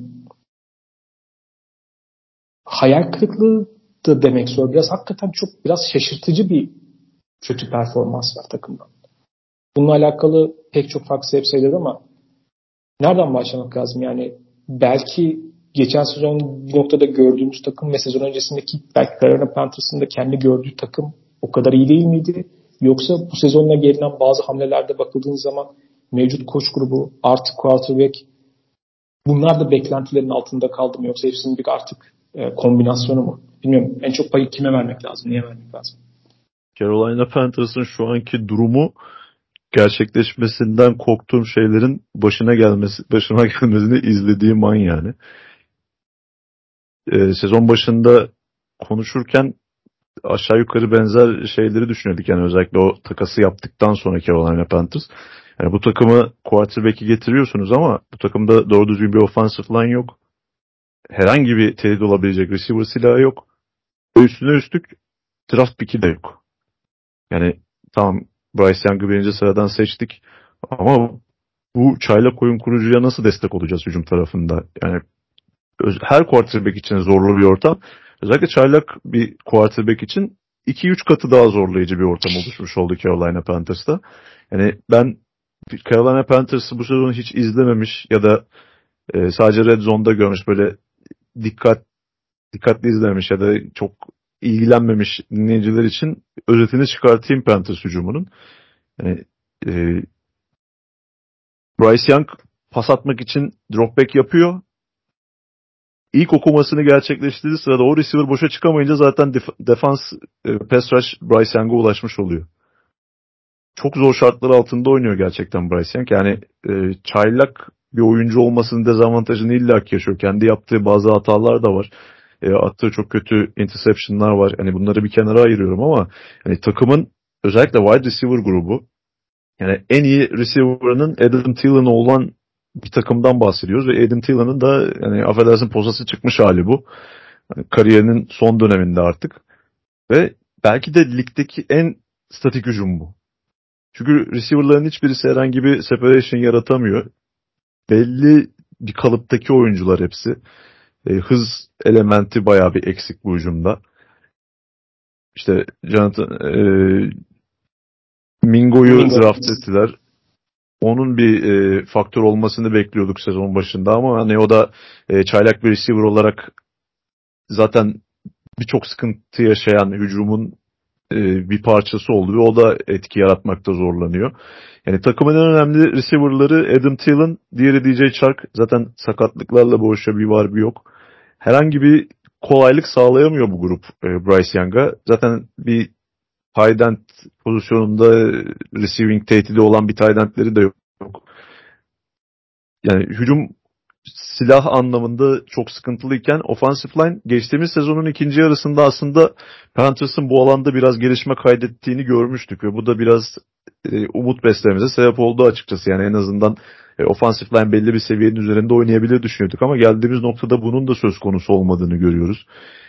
hayal kırıklığı da demek zor. Biraz hakikaten çok biraz şaşırtıcı bir kötü performans var takımdan. Bununla alakalı pek çok farklı sebep sayılır ama nereden başlamak lazım? Yani belki geçen sezon bu noktada gördüğümüz takım ve sezon öncesindeki belki Carolina Panthers'ın da kendi gördüğü takım o kadar iyi değil miydi? Yoksa bu sezonla gelinen bazı hamlelerde bakıldığınız zaman mevcut koç grubu artık quarterback bunlar da beklentilerin altında kaldı mı? Yoksa hepsinin bir artık kombinasyonu mu? Bilmiyorum. En çok payı kime vermek lazım? Niye vermek lazım? Carolina Panthers'ın şu anki durumu gerçekleşmesinden korktuğum şeylerin başına gelmesini izlediğim an yani. Sezon başında konuşurken aşağı yukarı benzer şeyleri düşünüyorduk. Yani özellikle o takası yaptıktan sonra Carolina Panthers. Yani bu takımı quarterback'i getiriyorsunuz ama bu takımda doğru düzgün bir offensive line yok. Herhangi bir tehdit olabilecek receiver silahı yok. Ve üstüne üstlük draft pick'i de yok. Yani tamam Bryce Young'ı birinci sıradan seçtik ama bu çaylak oyun kurucuya nasıl destek olacağız hücum tarafında? Yani her quarterback için zorlu bir ortam. Özellikle çaylak bir quarterback için 2-3 katı daha zorlayıcı bir ortam oluşmuş oldu Carolina Panthers'ta. Yani ben Carolina Panthers'ı bu sezonu hiç izlememiş ya da sadece Red Zone'da görmüş böyle dikkatli izlememiş ya da çok ilgilenmemiş dinleyiciler için özetini çıkartayım Panthers hücumunun. Yani, Bryce Young pas atmak için dropback yapıyor. İlk okumasını gerçekleştirdiği sırada o receiver boşa çıkamayınca zaten defans pass rush Bryce Young'a ulaşmış oluyor. Çok zor şartlar altında oynuyor gerçekten Bryce Young. Yani çaylak bir oyuncu olmasının dezavantajını illaki yaşıyor. Kendi yaptığı bazı hatalar da var. Attığı çok kötü interception'lar var. Hani bunları bir kenara ayırıyorum ama hani takımın özellikle wide receiver grubu yani en iyi receiver'ının Adam Thielen olan bir takımdan bahsediyoruz ve Adam Thielen'ın da yani affedersin posası çıkmış hali bu. Yani kariyerinin son döneminde artık ve belki de ligdeki en statik hücum bu. Çünkü receiver'ların hiçbirisi herhangi bir separation yaratamıyor. Belli bir kalıptaki oyuncular hepsi. Hız elementi bayağı bir eksik bu hücumda. İşte Mingo'yu draft ettiler. Onun bir faktör olmasını bekliyorduk sezon başında ama hani o da çaylak bir receiver olarak zaten birçok sıkıntı yaşayan hücumun bir parçası oldu ve o da etki yaratmakta zorlanıyor. Yani takımın en önemli receiver'ları Adam Thielen, diğeri DJ Chark. Zaten sakatlıklarla boğuşuyor, bir var bir yok. Herhangi bir kolaylık sağlayamıyor bu grup Bryce Young'a. Zaten bir tight end pozisyonunda receiving tehdidi olan bir tight endleri de yok. Yani hücum silah anlamında çok sıkıntılıyken offensive line geçtiğimiz sezonun ikinci yarısında aslında Panthers'ın bu alanda biraz gelişme kaydettiğini görmüştük ve bu da biraz umut beslememize sebep oldu açıkçası. Yani en azından offensive line belli bir seviyenin üzerinde oynayabilir düşünüyorduk ama geldiğimiz noktada bunun da söz konusu olmadığını görüyoruz.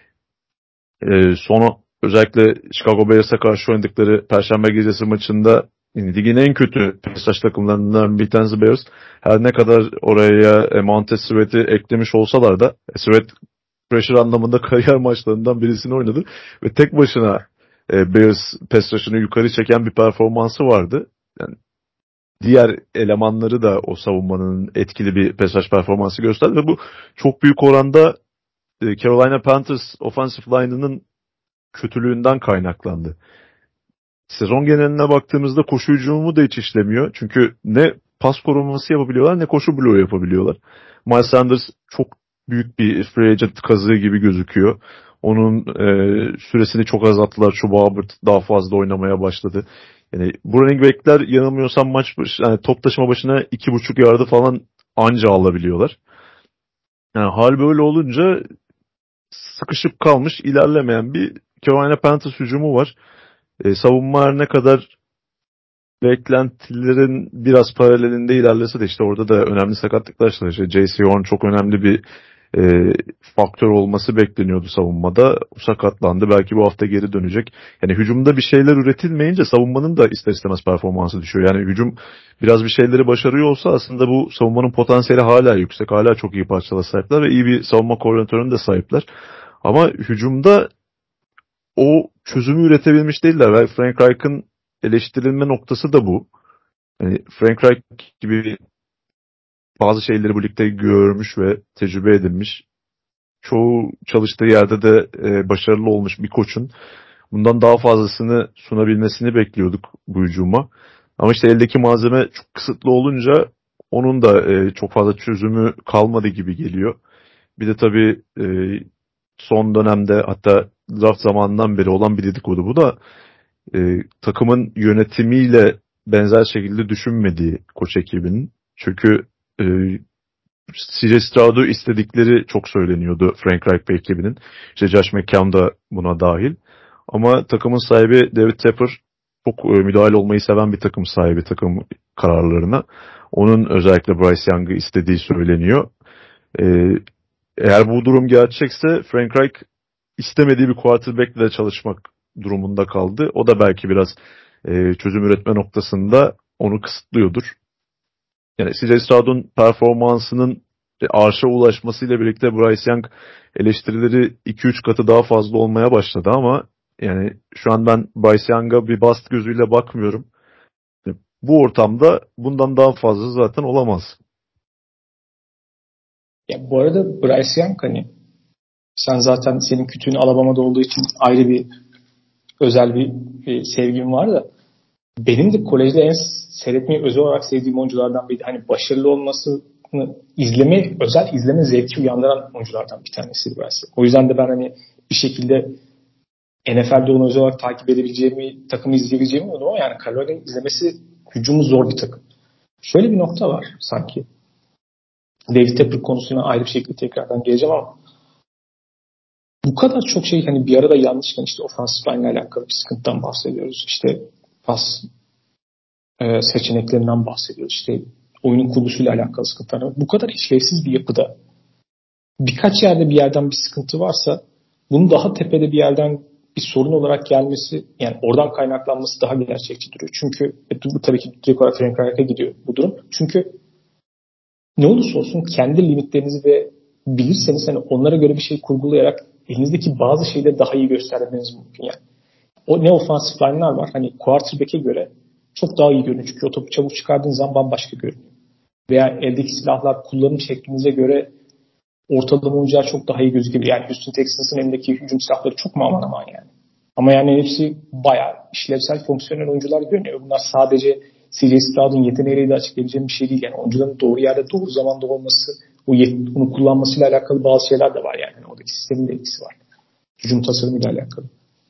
Sonu özellikle Chicago Bears'a karşı oynadıkları Perşembe gecesi maçında ligin en kötü pass takımlarından bir tanesi Bears. Her ne kadar oraya Montez Sweat'i eklemiş olsalar da Sweat pressure anlamında kariyer maçlarından birisini oynadı ve tek başına Bears pass rush'ını yukarı çeken bir performansı vardı. Yani diğer elemanları da o savunmanın etkili bir pass rush performansı gösterdi ve bu çok büyük oranda Carolina Panthers offensive line'ının kötülüğünden kaynaklandı. Sezon geneline baktığımızda koşu hücumu da hiç işlemiyor. Çünkü ne pas koruması yapabiliyorlar ne koşu bloğu yapabiliyorlar. Miles Sanders çok büyük bir free agent kazığı gibi gözüküyor. Onun süresini çok azalttılar. Chuba Hubbard daha fazla oynamaya başladı. Yani bu running back'ler yanılmıyorsam maç yani top taşıma başına 2,5 yardı falan anca alabiliyorlar. Yani hal böyle olunca sıkışıp kalmış, ilerlemeyen bir Carolina Panthers hücumu var. Savunma her ne kadar beklentilerin biraz paralelinde ilerlese de işte orada da önemli sakatlıklar yaşadı. İşte J.C. Horn çok önemli bir faktör olması bekleniyordu savunmada. O sakatlandı. Belki bu hafta geri dönecek. Yani hücumda bir şeyler üretilmeyince savunmanın da ister istemez performansı düşüyor. Yani hücum biraz bir şeyleri başarıyor olsa aslında bu savunmanın potansiyeli hala yüksek. Hala çok iyi parçalara sahipler ve iyi bir savunma koordinatörüne de sahipler. Ama hücumda o çözümü üretebilmiş değiller. Ve Frank Reich'ın eleştirilme noktası da bu. Yani Frank Reich gibi bazı şeyleri bu ligde görmüş ve tecrübe edinmiş. Çoğu çalıştığı yerde de başarılı olmuş bir koçun bundan daha fazlasını sunabilmesini bekliyorduk bu hücuma. Ama işte eldeki malzeme çok kısıtlı olunca onun da çok fazla çözümü kalmadı gibi geliyor. Bir de tabii son dönemde hatta draft zamanından beri olan bir dedikodu bu da takımın yönetimiyle benzer şekilde düşünmediği koç ekibinin. Çünkü e, CJ Stroud'u istedikleri çok söyleniyordu Frank Reich ve ekibinin. İşte Josh McCown da buna dahil. Ama takımın sahibi David Tepper çok müdahale olmayı seven bir takım sahibi takım kararlarına. Onun özellikle Bryce Young'ı istediği söyleniyor. E, Eğer bu durum gerçekse Frank Reich istemediği bir quarterback'le de çalışmak durumunda kaldı. O da belki biraz çözüm üretme noktasında onu kısıtlıyordur. Yani CJ Stroud'un performansının arşa ulaşmasıyla birlikte Bryce Young eleştirileri 2-3 katı daha fazla olmaya başladı ama yani şu an ben Bryce Young'a bir bast gözüyle bakmıyorum. Bu ortamda bundan daha fazla zaten olamaz. Ya bu arada Bryce Young hani sen zaten senin kütüğün Alabama'da olduğu için ayrı bir özel bir sevgim var da benim de kolejde en seyretmeyi özel olarak sevdiğim oyunculardan biri. Hani başarılı olmasını özel izleme zevki uyandıran oyunculardan bir tanesiydi Bryce. O yüzden de ben hani bir şekilde NFL'de onu özel olarak takip edebileceğimi, takımı izleyebileceğimi umuyordum ama yani Carolina'nın izlemesi hücumu zor bir takım. Şöyle bir nokta var sanki. David Tepper konusuna ayrı bir şekilde tekrardan geleceğim ama bu kadar çok şey hani bir arada yanlışken işte offensive line ile alakalı bir sıkıntıdan bahsediyoruz. İşte pas seçeneklerinden bahsediyoruz. İşte oyunun kuruluşuyla alakalı sıkıntılar. Bu kadar işlevsiz bir yapıda birkaç yerde bir yerden bir sıkıntı varsa bunu daha tepede bir yerden bir sorun olarak gelmesi, yani oradan kaynaklanması daha gerçekçi duruyor. Çünkü bu tabii ki direkt olarak Frank Reich'a gidiyor bu durum. Çünkü ne olursa olsun kendi limitlerinizi ve bilirseniz hani onlara göre bir şey kurgulayarak elinizdeki bazı şeyleri daha iyi göstermeniz mümkün yani. O ne ofansif line'lar var. Hani quarterback'e göre çok daha iyi görünüyor. Çünkü o topu çabuk çıkardığın zaman bambaşka görünüyor. Veya eldeki silahlar kullanım şeklinize göre ortalama oyuncular çok daha iyi gözüküyor. Yani Houston Texans'ın elindeki hücum silahları çok mu aman aman yani. Ama yani hepsi bayağı işlevsel, fonksiyonel oyuncular görünüyor. Bunlar sadece C.J. Stroud'un yeteneğiyle de açıklayabileceğim bir şey değil. Yani oyuncuların doğru yerde, doğru zamanda olması, onu kullanmasıyla alakalı bazı şeyler de var yani. Yani oradaki sistemin de etkisi var. Hücum tasarımıyla alakalı.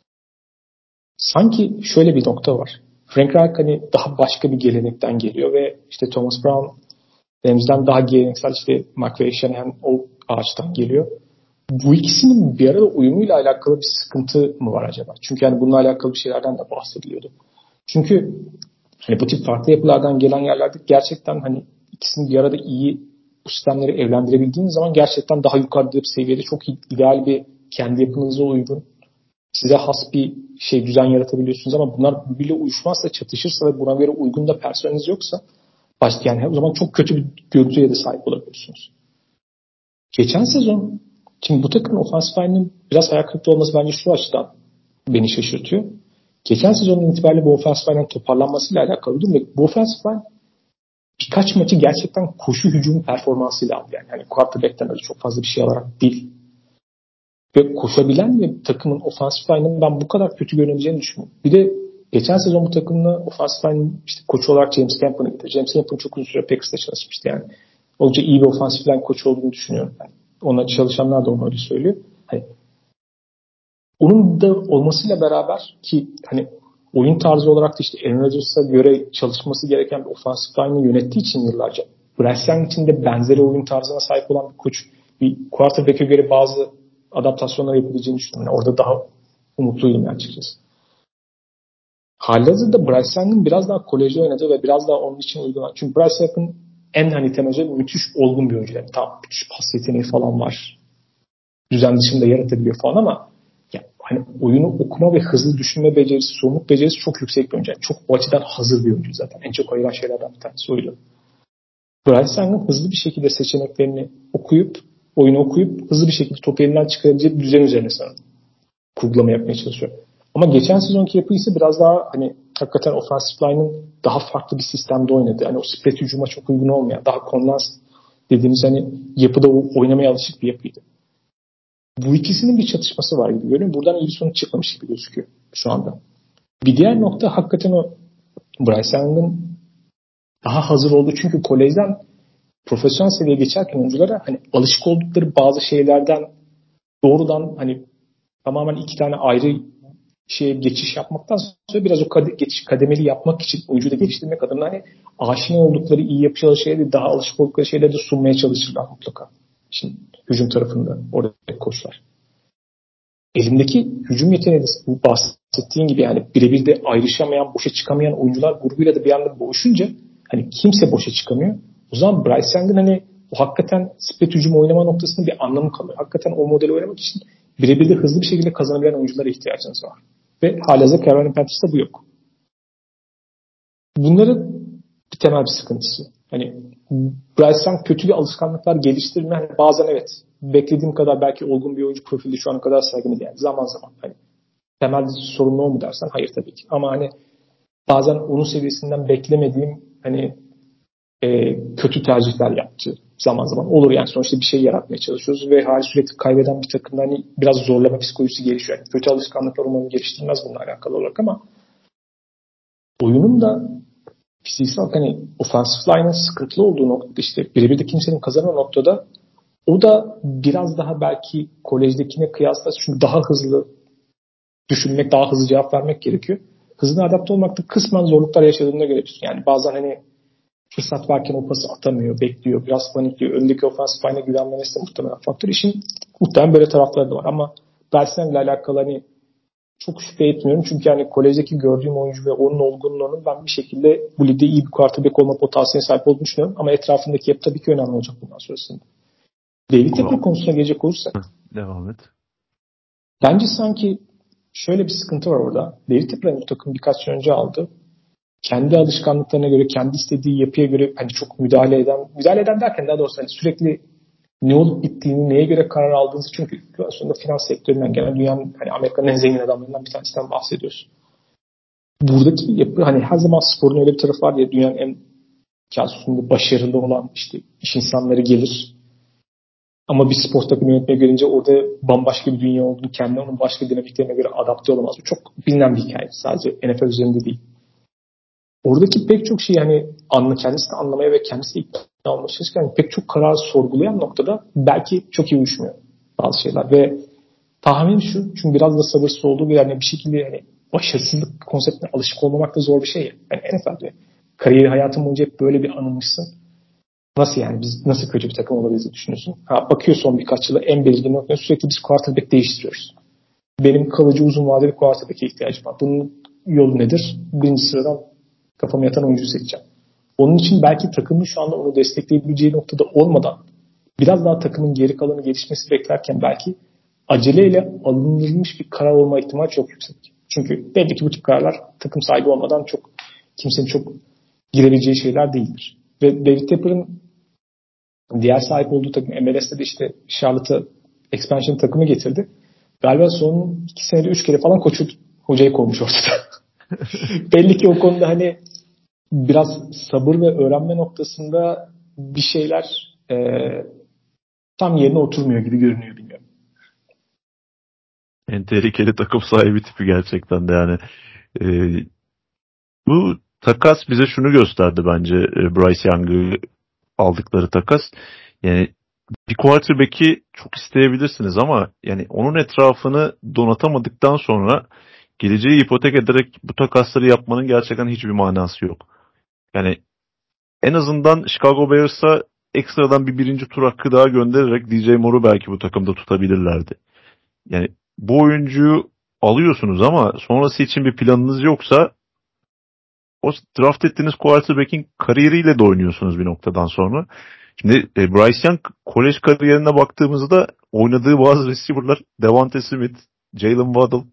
Sanki şöyle bir nokta var. Frank Reich hani daha başka bir gelenekten geliyor ve işte Thomas Brown Rams'den daha geleneksel, işte McVay, Shanahan o ağaçtan geliyor. Bu ikisinin bir arada uyumuyla alakalı bir sıkıntı mı var acaba? Çünkü yani bununla alakalı bir şeylerden de bahsediliyordu. Çünkü hani bu tip farklı yapılardan gelen yerlerde gerçekten hani ikisini bir arada iyi bu sistemleri evlendirebildiğiniz zaman gerçekten daha yukarıda bir seviyede çok ideal bir kendi yapınıza uygun, size has bir şey düzen yaratabiliyorsunuz ama bunlar birbiriyle uyuşmazsa, çatışırsa ve buna göre uygun da personeliniz yoksa yani o zaman çok kötü bir görüntüye de sahip olabiliyorsunuz. Geçen sezon şimdi bu takımın offensive line'ın biraz ayak kırıklığı olması bence şu açıdan beni şaşırtıyor. Geçen sezonun itibariyle bu offensive line'ın toparlanmasıyla alakalı durum ve bu offensive line birkaç maçı gerçekten koşu hücum performansıyla aldı. Yani quarterback'ten öyle çok fazla bir şey alarak değil. Ve koşabilen bir takımın offensive line'ın ben bu kadar kötü görüneceğini düşünüyorum. Bir de geçen sezon bu takımla offensive line işte koçu olarak James Campbell'ı getirdi. James Campbell çok uzun süre Packers'ta çalışmıştı yani. Oldukça iyi bir offensive line koçu olduğunu düşünüyorum ben. Ona çalışanlar da onu öyle söylüyor. Hani onun da olmasıyla beraber ki hani oyun tarzı olarak da işte Aaron Rodgers'a göre çalışması gereken bir offensive line'ı yönettiği için yıllarca Bryce Young için de benzeri oyun tarzına sahip olan bir koç, bir quarterback'e göre bazı adaptasyonlar yapabileceğini düşünüyorum. Yani orada daha umutluydum açıkçası. Halihazırda Bryce Young'ın biraz daha kolejde oynadığı ve biraz daha onun için uygun. Çünkü Bryce Young'ın en hani temelde müthiş olgun bir oyuncu. Yani tam müthiş pas yeteneği falan var. Düzen dışında yaratabiliyor falan ama ya hani oyunu okuma ve hızlı düşünme becerisi, sorumluluk becerisi çok yüksek bir oyuncu. Yani çok o açıdan hazır bir oyuncu zaten. En çok ayıran şeylerden bir tanesi oydu. Bryce Young'ın hızlı bir şekilde seçeneklerini okuyup, oyunu okuyup hızlı bir şekilde topu elinden çıkarabileceği bir düzen üzerine sanırım kurgulama yapmaya çalışıyor. Ama geçen sezonki yapı ise biraz daha hani hakikaten offensive line'ın daha farklı bir sistemde oynadı. Hani o split hücuma çok uygun olmayan, daha konlans dediğimiz hani yapıda oynamaya alışık bir yapıydı. Bu ikisinin bir çatışması var gibi görünüyor. Buradan iyi bir sonuç çıkmamış gibi gözüküyor şu anda. Bir diğer nokta hakikaten o Bryce Young'ın daha hazır olduğu. Çünkü kolejden profesyonel seviyeye geçerken oyunculara hani alışık oldukları bazı şeylerden doğrudan hani tamamen iki tane ayrı şeye geçiş yapmaktan sonra biraz o geçiş kademeli yapmak için oyuncuyu da geliştirmek adına hani aşina oldukları, iyi yapacağı şeyleri, daha alışık oldukları şeyleri de sunmaya çalışırlar mutlaka. Şimdi hücum tarafında oradaki koçlar. Elimdeki hücum yeteneği bahsettiğin gibi yani birebir de ayrışamayan, boşa çıkamayan oyuncular grubuyla da bir anda boğuşunca hani kimse boşa çıkamıyor. O zaman Bryce Young'ın hani o hakikaten split hücum oynama noktasında bir anlamı kalıyor. Hakikaten o modeli oynamak için birebir de hızlı bir şekilde kazanabilen oyunculara ihtiyacınız var. Ve halihazırda Carolina Panthers'ta bu yok. Bunların bir temel bir sıkıntısı. Hani Bryce Young kötü bir alışkanlıklar geliştirme. Hani bazen evet beklediğim kadar belki olgun bir oyuncu profili şu ana kadar sergiledi yani zaman zaman. Hani temel sorunlu mu dersen hayır tabii ki. Ama hani bazen onun seviyesinden beklemediğim hani kötü tercihler yaptı zaman zaman. Olur yani sonuçta bir şey yaratmaya çalışıyoruz ve hali sürekli kaybeden bir takımda hani biraz zorlama psikolojisi gelişiyor. Yani kötü alışkanlıklar umarım geliştirmez bununla alakalı olarak ama oyunun da fiziksel hani offensive line'ın sıkıntılı olduğu noktada işte birebir de kimsenin kazanma noktada o da biraz daha belki kolejdekine kıyasla çünkü daha hızlı düşünmek, daha hızlı cevap vermek gerekiyor. Hızına adapte olmakta kısmen zorluklar yaşadığını görebiliyorsun. Yani bazen hani fırsat varken o pası atamıyor, bekliyor, biraz panikliyor. Öndeki offensive line'e güvenmemesi de muhtemelen faktör. İşin muhtemelen böyle tarafları da var ama Bersen'le alakalı hani çok şüphe etmiyorum. Çünkü yani kolejdeki gördüğüm oyuncu ve onun olgunluğunun ben bir şekilde bu ligde iyi bir quarterback olma potansiyeline sahip olduğunu düşünüyorum. Ama etrafındaki yapı tabii ki önemli olacak bundan sonrasında. David Tepper konusuna gelecek olursak devam et. bence sanki şöyle bir sıkıntı var orada. David Tepper'ın bu takım birkaç sene önce aldı. Kendi alışkanlıklarına göre, kendi istediği yapıya göre hani çok müdahale eden derken daha doğrusu hani sürekli ne olup bittiğini, neye göre karar aldığınızı, çünkü sonunda finans sektöründen gelen dünyanın hani Amerika'nın en zengin adamlarından bir tanesinden bahsediyoruz. Buradaki yapı hani her zaman sporun öyle bir tarafı var ya, dünyanın en kağıt başarılı olan işte iş insanları gelir. Ama bir spor takımı yönetmeye gelince orada bambaşka bir dünya olduğunu, kendi onun başka dinamiklerine göre adapte olamaz. Bu çok bilinen bir hikaye. Sadece NFL üzerinde değil. Oradaki pek çok şey yani kendisi de anlamaya ve kendisi de ikna olmaya çalışırken pek çok karar sorgulayan noktada belki çok iyi uyuşmuyor bazı şeyler. Ve tahminim şu, çünkü biraz da sabırsız olduğu bir yani bir şekilde yani başarısızlık konseptine alışık olmamak da zor bir şey ya. Yani NFL'de kariyeri hayatın boyunca hep böyle bir anılmışsın. Nasıl yani biz nasıl kötü bir takım olabiliriz diye düşünüyorsun. Bakıyor son birkaç yıla en belirgin nokta sürekli biz quarterback değiştiriyoruz. Benim kalıcı uzun vadeli quarterback'e ihtiyacım var. Bunun yolu nedir? Birinci sıradan kafama yatan oyuncuyu seçeceğim. Onun için belki takımın şu anda onu destekleyebileceği noktada olmadan biraz daha takımın geri kalanı gelişmesi beklerken belki aceleyle alınmış bir karar olma ihtimali çok yüksek. Çünkü belli ki bu tip kararlar takım sahibi olmadan çok kimsenin çok girebileceği şeyler değildir. Ve David Tepper'ın diğer sahip olduğu takım MLS'de de işte Charlotte'a expansion takımı getirdi. Galiba son 2 senede 3 kere falan hocayı kovmuş ortada. Belli ki o konuda hani biraz sabır ve öğrenme noktasında bir şeyler tam yerine oturmuyor gibi görünüyor, bilmiyorum. En tehlikeli takım sahibi tipi gerçekten de yani. E, Bu takas bize şunu gösterdi bence, Bryce Young'ı aldıkları takas. Yani bir quarterback'i çok isteyebilirsiniz ama yani onun etrafını donatamadıktan sonra geleceği ipotek ederek bu takasları yapmanın gerçekten hiçbir manası yok. Yani en azından Chicago Bears'a ekstradan bir birinci tur hakkı daha göndererek DJ Moore'u belki bu takımda tutabilirlerdi. Yani bu oyuncuyu alıyorsunuz ama sonrası için bir planınız yoksa o draft ettiğiniz quarterback'in kariyeriyle de oynuyorsunuz bir noktadan sonra. Şimdi Bryce Young kolej kariyerine baktığımızda oynadığı bazı receiver'lar Devonta Smith, Jalen Waddle,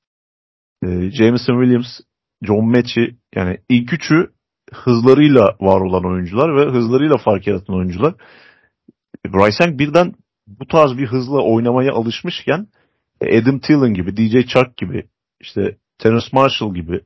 Jameson Williams, John Mechie, yani ilk üçü hızlarıyla var olan oyuncular ve hızlarıyla fark yaratan oyuncular. Bryce Young birden bu tarz bir hızla oynamaya alışmışken Adam Thielen gibi, DJ Chark gibi, işte Terrence Marshall gibi,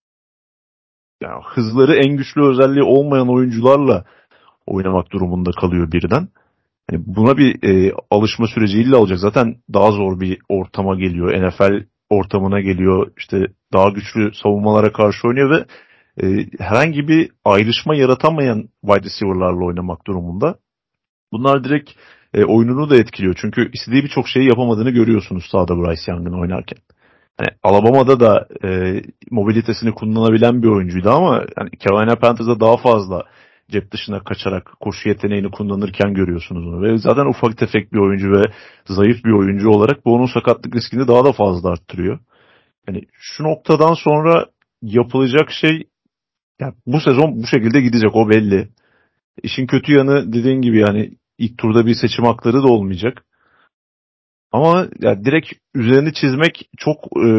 yani hızları en güçlü özelliği olmayan oyuncularla oynamak durumunda kalıyor birden. Yani buna bir alışma süreciyle alacak. Zaten daha zor bir ortama geliyor. NFL ortamına geliyor. İşte daha güçlü savunmalara karşı oynuyor ve herhangi bir ayrışma yaratamayan wide receiver'larla oynamak durumunda. Bunlar direkt oyununu da etkiliyor. Çünkü istediği birçok şeyi yapamadığını görüyorsunuz sahada Bryce Young'ın oynarken. Hani Alabama'da da mobilitesini kullanabilen bir oyuncuydu ama yani Carolina Panthers'da daha fazla cep dışına kaçarak koşu yeteneğini kullanırken görüyorsunuz onu. Ve zaten ufak tefek bir oyuncu ve zayıf bir oyuncu olarak bu onun sakatlık riskini daha da fazla arttırıyor. Yani şu noktadan sonra yapılacak şey, yani bu sezon bu şekilde gidecek, o belli. İşin kötü yanı, dediğin gibi, yani ilk turda bir seçim hakları da olmayacak. Ama ya direkt üzerini çizmek çok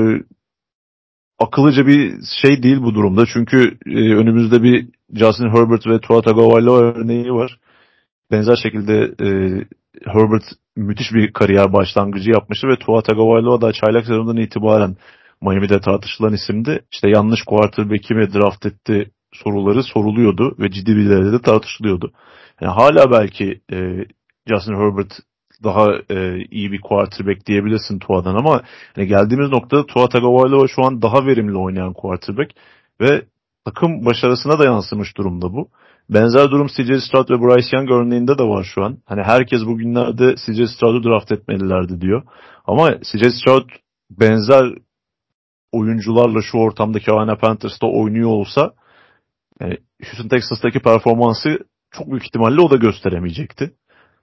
akıllıca bir şey değil bu durumda. Çünkü önümüzde bir Justin Herbert ve Tua Tagovailoa örneği var. Benzer şekilde Herbert müthiş bir kariyer başlangıcı yapmıştı ve Tua Tagovailoa da çaylak sezonundan itibaren Miami'de tartışılan isimdi. İşte yanlış quarterback'i mi draft etti soruları soruluyordu ve ciddi bir derecede tartışılıyordu. Yani hala belki Justin Herbert daha iyi bir quarterback diyebilirsin Tua'dan ama hani geldiğimiz noktada Tua Tagovailoa şu an daha verimli oynayan quarterback ve takım başarısına da yansımış durumda bu. Benzer durum CJ Stroud ve Bryce Young örneğinde de var şu an. Hani herkes bugünlerde CJ Stroud'u draft etmelilerdi diyor. Ama CJ Stroud benzer oyuncularla şu ortamda Carolina Panthers'ta oynuyor olsa yani Houston Texas'taki performansı çok büyük ihtimalle o da gösteremeyecekti.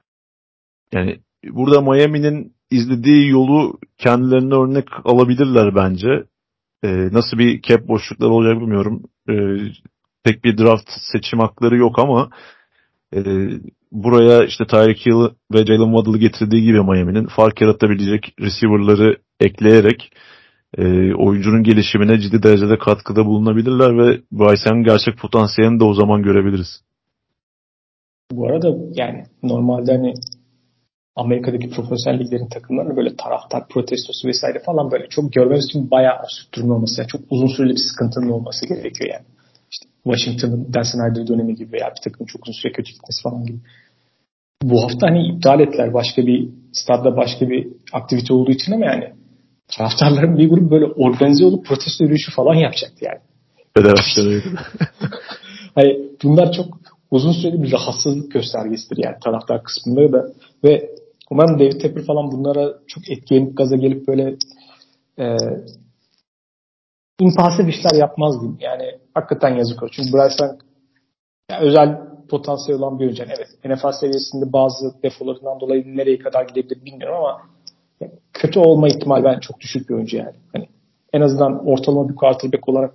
Yani burada Miami'nin izlediği yolu kendilerine örnek alabilirler bence. Nasıl bir cap boşlukları olacak bilmiyorum. Pek bir draft seçim hakları yok ama e, buraya işte Tyreek Hill ve Jalen Waddle'ı getirdiği gibi Miami'nin fark yaratabilecek receiver'ları ekleyerek oyuncunun gelişimine ciddi derecede katkıda bulunabilirler ve Bryce Young'ın gerçek potansiyelini de o zaman görebiliriz. Bu arada yani normalde hani Amerika'daki profesyonel liglerin takımlarını böyle taraftar protestosu vesaire falan böyle çok görmemiz için bayağı absürt durum olması. Yani çok uzun süreli bir sıkıntının olması gerekiyor yani. İşte Washington'ın Dan Snyder dönemi gibi veya bir takım çok uzun süre kötü gitmesi falan gibi. Bu hafta hani iptal ettiler başka bir stadda başka bir aktivite olduğu için ama yani taraftarların bir grup böyle organize olup protesto yürüyüşü falan yapacaktı yani. Federasyonuydu. Hani bunlar çok uzun süreli bir rahatsızlık göstergesidir yani taraftar kısmında da ve umarım David Tepper falan bunlara çok etkilenip gaza gelip böyle e, impulsif işler yapmaz diyeyim. Yani hakikaten yazık o. Çünkü Bryce Young yani özel potansiyel olan bir oyuncu. Yani evet NFL seviyesinde bazı defolarından dolayı nereye kadar gidebilir bilmiyorum ama yani kötü olma ihtimali ben çok düşük bir oyuncu yani. Hani en azından ortalama bir quarterback olarak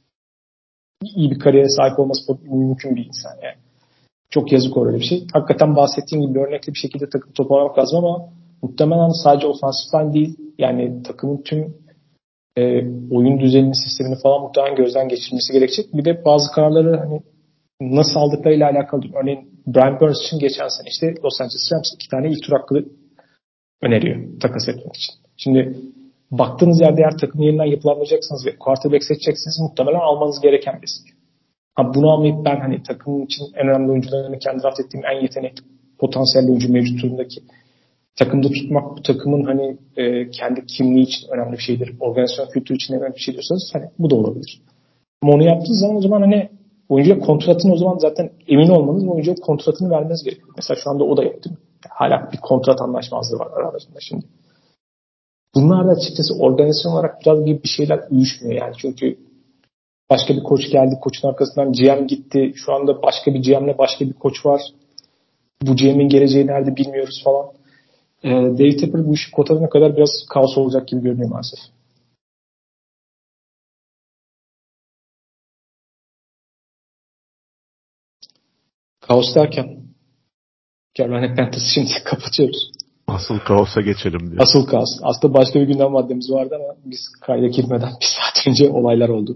iyi bir kariyere sahip olması mümkün bir insan yani. Çok yazık öyle bir şey. Hakikaten bahsettiğim gibi örnekli bir şekilde takım toparlamak lazım ama muhtemelen sadece ofansif line değil yani takımın tüm oyun düzenini, sistemini falan muhtemelen gözden geçirmesi gerekecek. Bir de bazı kararları hani nasıl aldıklarıyla alakalı. Örneğin Brian Burns için geçen sene işte Los Angeles Rams 2 tane ilk tur hakkı öneriyor takas etmek için. Şimdi baktığınız yerde eğer takım yeniden yapılanmayacaksınız ve quarterback seçeceksiniz muhtemelen almanız gereken bir risk. Ha, bunu almayıp ben hani takımın için en önemli oyuncularını kendi draft ettiğim en yetenekli potansiyelli oyuncu mevcut durumdaki takımda tutmak bu takımın hani kendi kimliği için önemli bir şeydir. Organizasyon kültürü için önemli bir şey diyorsanız hani bu da olabilir. Ama onu yaptığınız zaman o zaman hani oyuncuya kontratını o zaman zaten emin olmanız ve oyuncuya kontratını vermeniz gerekiyor. Mesela şu anda o da yok değil mi? Hala bir kontrat anlaşmazlığı var aralarında şimdi. Bunlar da açıkçası organizasyon olarak biraz bir şeyler uyuşmuyor yani. Çünkü başka bir koç geldi. Koçun arkasından GM gitti. Şu anda başka bir GM'le başka bir koç var. Bu GM'in geleceği nerede bilmiyoruz falan. Dave Tepper bu işi kotarına kadar biraz kaos olacak gibi görünüyor maalesef. Kaos derken Carolina Panthers şimdi kapatıyoruz. Asıl kaosa geçelim diyor. Asıl kaos. Aslında başka bir gündem maddemiz vardı ama biz kayda girmeden bir saat önce olaylar oldu.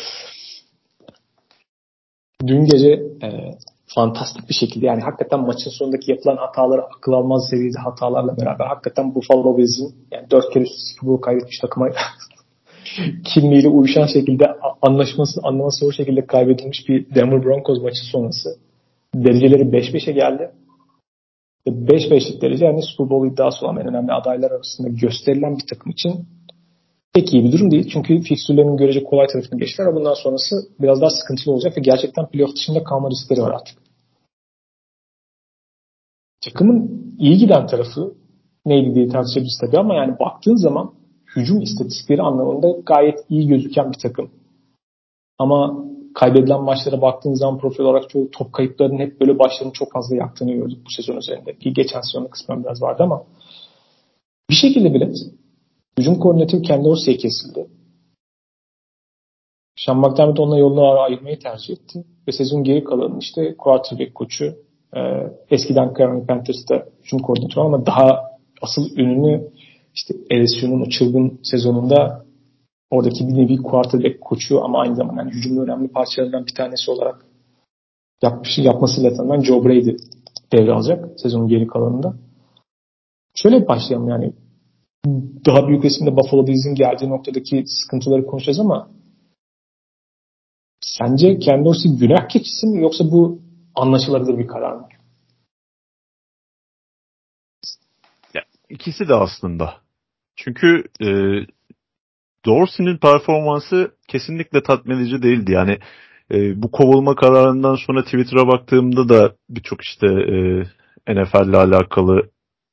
Dün gece fantastik bir şekilde yani hakikaten maçın sonundaki yapılan hataları akıl almaz seviyede hatalarla beraber hakikaten Buffalo Bills'in yani 4 kere Super Bowl kaybetmiş takıma kimliğiyle uyuşan şekilde anlaması zor şekilde kaybedilmiş bir Denver Broncos maçı sonrası dereceleri 5-5'e geldi. 5-5'lik derece yani Super Bowl iddiası olan en önemli adaylar arasında gösterilen bir takım için pek iyi bir durum değil. Çünkü fikstürlerinin görece kolay tarafını geçtiler ama bundan sonrası biraz daha sıkıntılı olacak ve gerçekten playoff dışında kalma riskleri var artık. Takımın iyi giden tarafı neydi diye tartışabiliriz tabii ama yani baktığın zaman hücum istatistikleri anlamında gayet iyi gözüken bir takım. Ama kaybedilen maçlara baktığın zaman profil olarak çoğu top kayıplarının hep böyle başlarını çok fazla yaktığını gördük bu sezon üzerinde. Ki geçen sezonda kısmen biraz vardı ama bir şekilde bile hücum koordinatörü kendi Dorsey'e kesildi. Sean McDermott onunla yolunu ayırmayı tercih etti. Ve sezon geri kalanını işte quarterback koçu eskiden Carolina Panthers'ta hücum koordinatörü ama daha asıl ününü işte LSU'nun o çılgın sezonunda oradaki bir nevi quarterback koçu ama aynı zamanda yani hücumun önemli parçalarından bir tanesi olarak yapmasıyla tanınan Joe Brady devralacak sezonun geri kalanında. Şöyle başlayalım yani daha büyük resimde Buffalo Bills'in geldiği noktadaki sıkıntıları konuşacağız ama sence Ken Dorsey günah keçisi mi yoksa bu anlaşılabilir bir karar mı? Ya, ikisi de aslında. Çünkü Dorsey'nin performansı kesinlikle tatmin edici değildi. Yani bu kovulma kararından sonra Twitter'a baktığımda da birçok işte NFL'le alakalı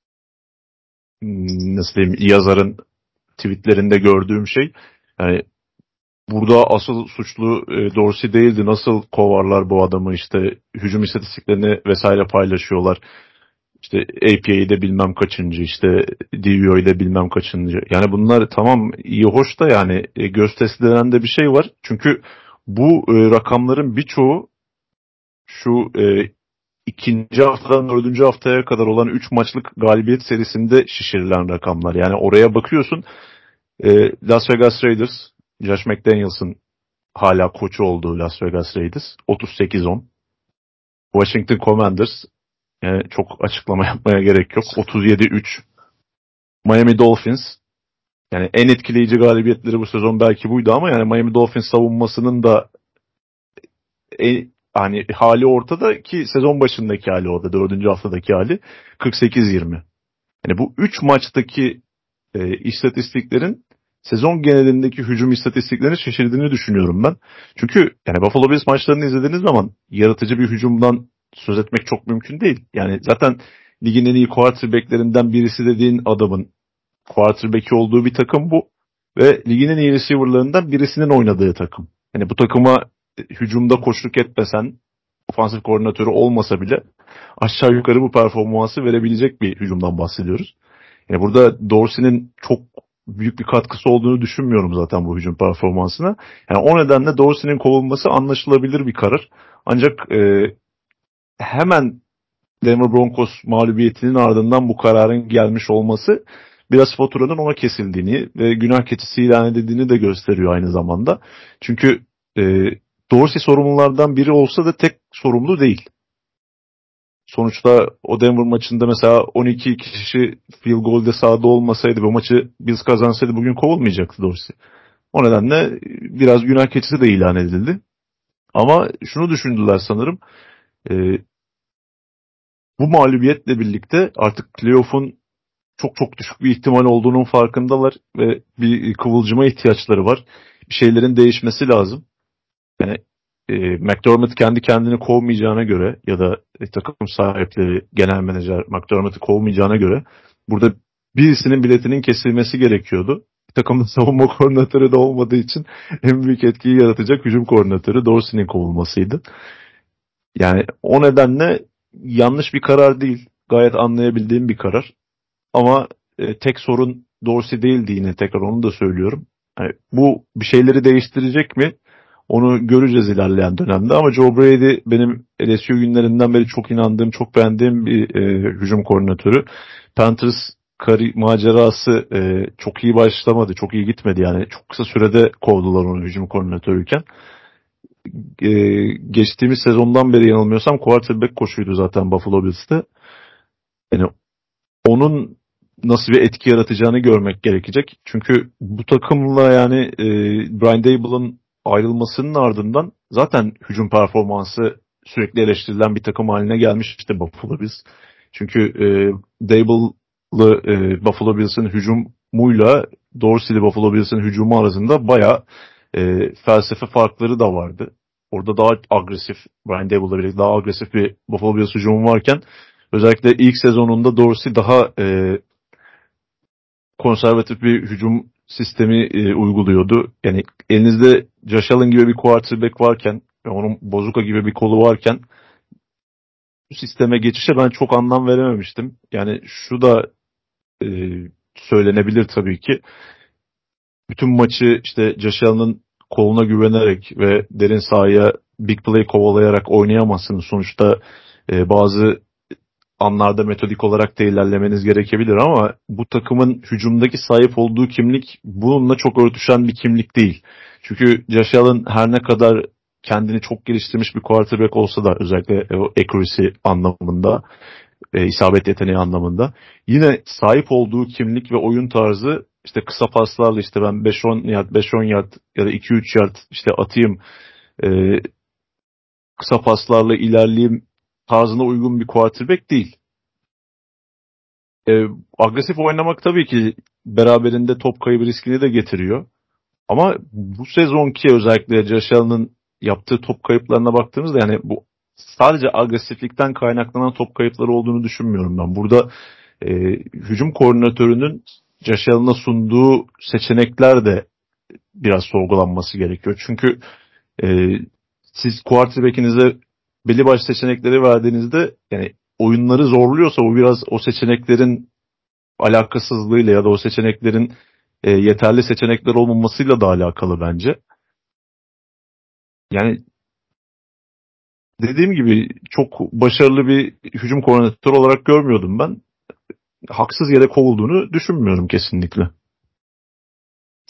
nasıl diyeyim yazarın tweetlerinde gördüğüm şey yani burada asıl suçlu Dorsey değildi. Nasıl kovarlar bu adamı işte hücum istatistiklerini vesaire paylaşıyorlar. İşte APA'de bilmem kaçıncı işte DVO'da bilmem kaçıncı. Yani bunlar tamam iyi hoş da yani göz testi denen de bir şey var. Çünkü bu rakamların birçoğu şu ikinci haftadan dördüncü haftaya kadar olan 3 maçlık galibiyet serisinde şişirilen rakamlar. Yani oraya bakıyorsun Las Vegas Raiders, Josh McDaniels'ın hala koçu olduğu Las Vegas Raiders 38-10. Washington Commanders, yani çok açıklama yapmaya gerek yok, 37-3. Miami Dolphins, yani en etkileyici galibiyetleri bu sezon belki buydu ama yani Miami Dolphins savunmasının da hani hali ortada ki sezon başındaki hali orada, 4. haftadaki hali 48-20. Yani bu 3 maçtaki istatistiklerin sezon genelindeki hücum istatistiklerini şaşırdığını düşünüyorum ben. Çünkü yani Buffalo Bills maçlarını izlediğiniz zaman yaratıcı bir hücumdan söz etmek çok mümkün değil. Yani zaten ligin en iyi quarterbacklerinden birisi dediğin adamın quarterback'i olduğu bir takım bu. Ve ligin en iyi receiver'larından birisinin oynadığı takım. Yani bu takıma hücumda koçluk etmesen, ofansif koordinatörü olmasa bile aşağı yukarı bu performansı verebilecek bir hücumdan bahsediyoruz. Yani burada Dorsey'nin çok büyük bir katkısı olduğunu düşünmüyorum zaten bu hücum performansına. Yani o nedenle Dorsey'nin kovulması anlaşılabilir bir karar. Ancak hemen Denver Broncos mağlubiyetinin ardından bu kararın gelmiş olması biraz faturanın ona kesildiğini ve günah keçisi ilan edildiğini de gösteriyor aynı zamanda. Çünkü e, Dorsey sorumlulardan biri olsa da tek sorumlu değil. Sonuçta o Denver maçında mesela 12 kişi field goal'de sahada olmasaydı, bu maçı Bills kazansaydı bugün kovulmayacaktı Dorsey. O nedenle biraz günah keçisi de ilan edildi. Ama şunu düşündüler sanırım. E, Bu mağlubiyetle birlikte artık playoff'un çok çok düşük bir ihtimal olduğunun farkındalar ve bir kıvılcıma ihtiyaçları var. Bir şeylerin değişmesi lazım. Yani McDermott kendi kendini kovmayacağına göre ya da takım sahipleri, genel menajer McDermott'ı kovmayacağına göre burada birisinin biletinin kesilmesi gerekiyordu. Takımın savunma koordinatörü de olmadığı için en büyük etkiyi yaratacak hücum koordinatörü Dorsey'nin kovulmasıydı. Yani o nedenle yanlış bir karar değil. Gayet anlayabildiğim bir karar. Ama tek sorun Dorsey değildi, yine tekrar onu da söylüyorum. Yani bu bir şeyleri değiştirecek mi? Onu göreceğiz ilerleyen dönemde ama Joe Brady benim LSU günlerinden beri çok inandığım, çok beğendiğim bir hücum koordinatörü. Panthers macerası çok iyi başlamadı, çok iyi gitmedi yani. Çok kısa sürede kovdular onu hücum koordinatörüyken. Geçtiğimiz sezondan beri yanılmıyorsam quarterback koçuydu zaten Buffalo Bills'te. Yani onun nasıl bir etki yaratacağını görmek gerekecek. Çünkü bu takımla yani Brian Daboll'ın ayrılmasının ardından zaten hücum performansı sürekli eleştirilen bir takım haline gelmişti Buffalo Bills. Çünkü Daboll'lı Buffalo Bills'in hücumuyla Dorsey'li Buffalo Bills'in hücumu arasında bayağı felsefe farkları da vardı. Orada daha agresif, Brian Daboll'la birlikte daha agresif bir Buffalo Bills hücumu varken özellikle ilk sezonunda Dorsey daha konservatif bir hücum sistemi uyguluyordu. Yani elinizde Josh Allen gibi bir quarterback varken ve onun Bozuka gibi bir kolu varken bu sisteme geçişe ben çok anlam verememiştim. Yani şu da e, söylenebilir tabii ki. Bütün maçı işte Josh Allen'ın koluna güvenerek ve derin sahaya big play kovalayarak oynayamazsınız. Sonuçta bazı anlarda metodik olarak da ilerlemeniz gerekebilir ama bu takımın hücumdaki sahip olduğu kimlik bununla çok örtüşen bir kimlik değil. Çünkü Josh Allen her ne kadar kendini çok geliştirmiş bir quarterback olsa da özellikle o accuracy anlamında, isabet yeteneği anlamında yine sahip olduğu kimlik ve oyun tarzı işte kısa paslarla işte ben 5-10 yard, 5-10 yard ya da 2-3 yard işte atayım, e, kısa paslarla ilerleyeyim tarzına uygun bir quarterback değil. Agresif oynamak tabii ki beraberinde top kaybı riskini de getiriyor. Ama bu sezonki özellikle Josh Allen'ın yaptığı top kayıplarına baktığımızda yani bu sadece agresiflikten kaynaklanan top kayıpları olduğunu düşünmüyorum ben. Burada e, hücum koordinatörünün Josh Allen'a sunduğu seçenekler de biraz sorgulanması gerekiyor. Çünkü e, siz quarterback'inize belli başlı seçenekleri verdiğinizde yani oyunları zorluyorsa bu biraz o seçeneklerin alakasızlığıyla ya da o seçeneklerin yeterli seçenekler olmamasıyla da alakalı bence. Yani dediğim gibi çok başarılı bir hücum koordinatörü olarak görmüyordum ben. Haksız yere kovulduğunu düşünmüyorum kesinlikle.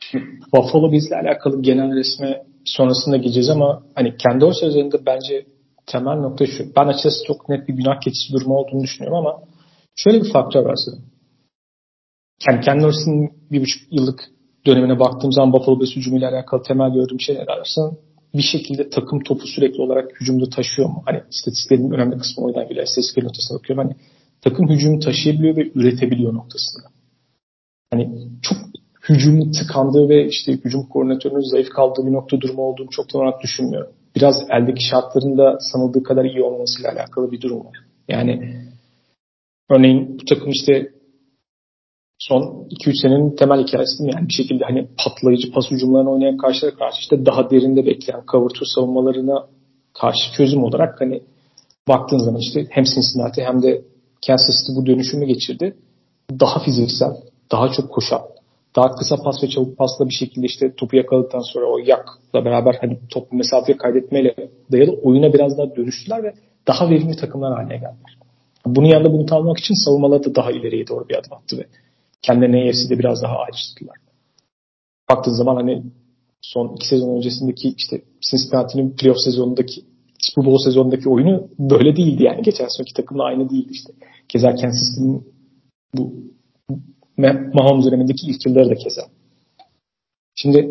Buffalo Bills'le alakalı genel resme sonrasında gideceğiz ama hani kendi o sözlerinde bence temel nokta şu. Ben açıkçası çok net bir günah keçisi durumu olduğunu düşünüyorum ama şöyle bir faktör var sanırım. Yani Ken Dorsey'nin 1,5 yıllık dönemine baktığım zaman Buffalo Bills hücumuyla alakalı temel gördüğüm şey ne dersen bir şekilde takım topu sürekli olarak hücumda taşıyor mu? Hani istatistiklerin önemli kısmı o yüzden geliyor. İstatistiklerin noktasına bakıyorum. Hani takım hücumu taşıyabiliyor ve üretebiliyor noktasında. Hani çok hücumun tıkandığı ve işte hücum koordinatörünün zayıf kaldığı bir nokta durumu olduğunu çok da olarak düşünmüyorum. Biraz eldeki şartların da sanıldığı kadar iyi olmamasıyla alakalı bir durum var. Yani örneğin bu takım işte son 2-3 senenin temel hikayesi değil mi? Yani bir şekilde hani patlayıcı pas hücumlarına oynayan karşıya karşı işte daha derinde bekleyen cover two savunmalarına karşı çözüm olarak hani baktığın zaman işte hem Cincinnati hem de Kansas City bu dönüşümü geçirdi. Daha fiziksel, daha çok koşan, daha kısa pas ve çabuk pasla bir şekilde işte topu yakaladıktan sonra o yakla beraber hani topu mesafeye kaydetmeyle dayalı oyuna biraz daha dönüştüler ve daha verimli takımlar haline geldiler. Bunun yanında bunu tamamlamak için savunmaları da daha ileriye doğru bir adım attı ve kendilerine AFC'de biraz daha ayrıştırdılar. Baktığın zaman hani son 2 sezon öncesindeki işte Cincinnati'nin playoff sezonundaki Super Bowl sezonundaki oyunu böyle değildi yani. Geçen seneki takımla aynı değildi işte. Keza Kansas City'nin bu Mahomes dönemindeki ilk yılları da keza. Şimdi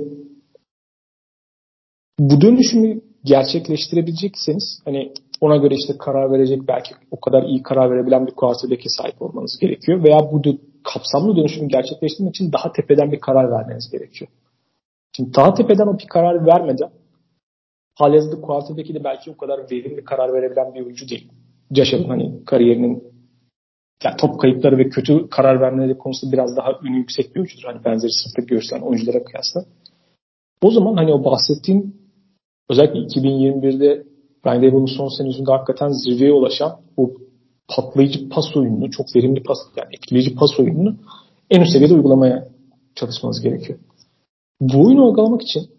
bu dönüşümü gerçekleştirebilecekseniz hani ona göre işte karar verecek belki o kadar iyi karar verebilen bir quarterback'e sahip olmanız gerekiyor. Veya bu kapsamlı dönüşümü gerçekleştirmek için daha tepeden bir karar vermeniz gerekiyor. Şimdi daha tepeden o bir karar vermeden halihazırda quarterback'i de belki o kadar verimli karar verebilen bir oyuncu değil. Josh Allen hani kariyerinin yani top kayıpları ve kötü karar vermeleri konusunda biraz daha ünü yüksek bir oyuncudur. Hani benzeri sınıfta görülen oyunculara kıyasla. O zaman hani o bahsettiğim özellikle 2021'de Brian Daboll'un son senesinde hakikaten zirveye ulaşan o patlayıcı pas oyununu, çok verimli pas, yani etkileyici pas oyununu en üst seviyede uygulamaya çalışmanız gerekiyor. Bu oyunu uygulamak için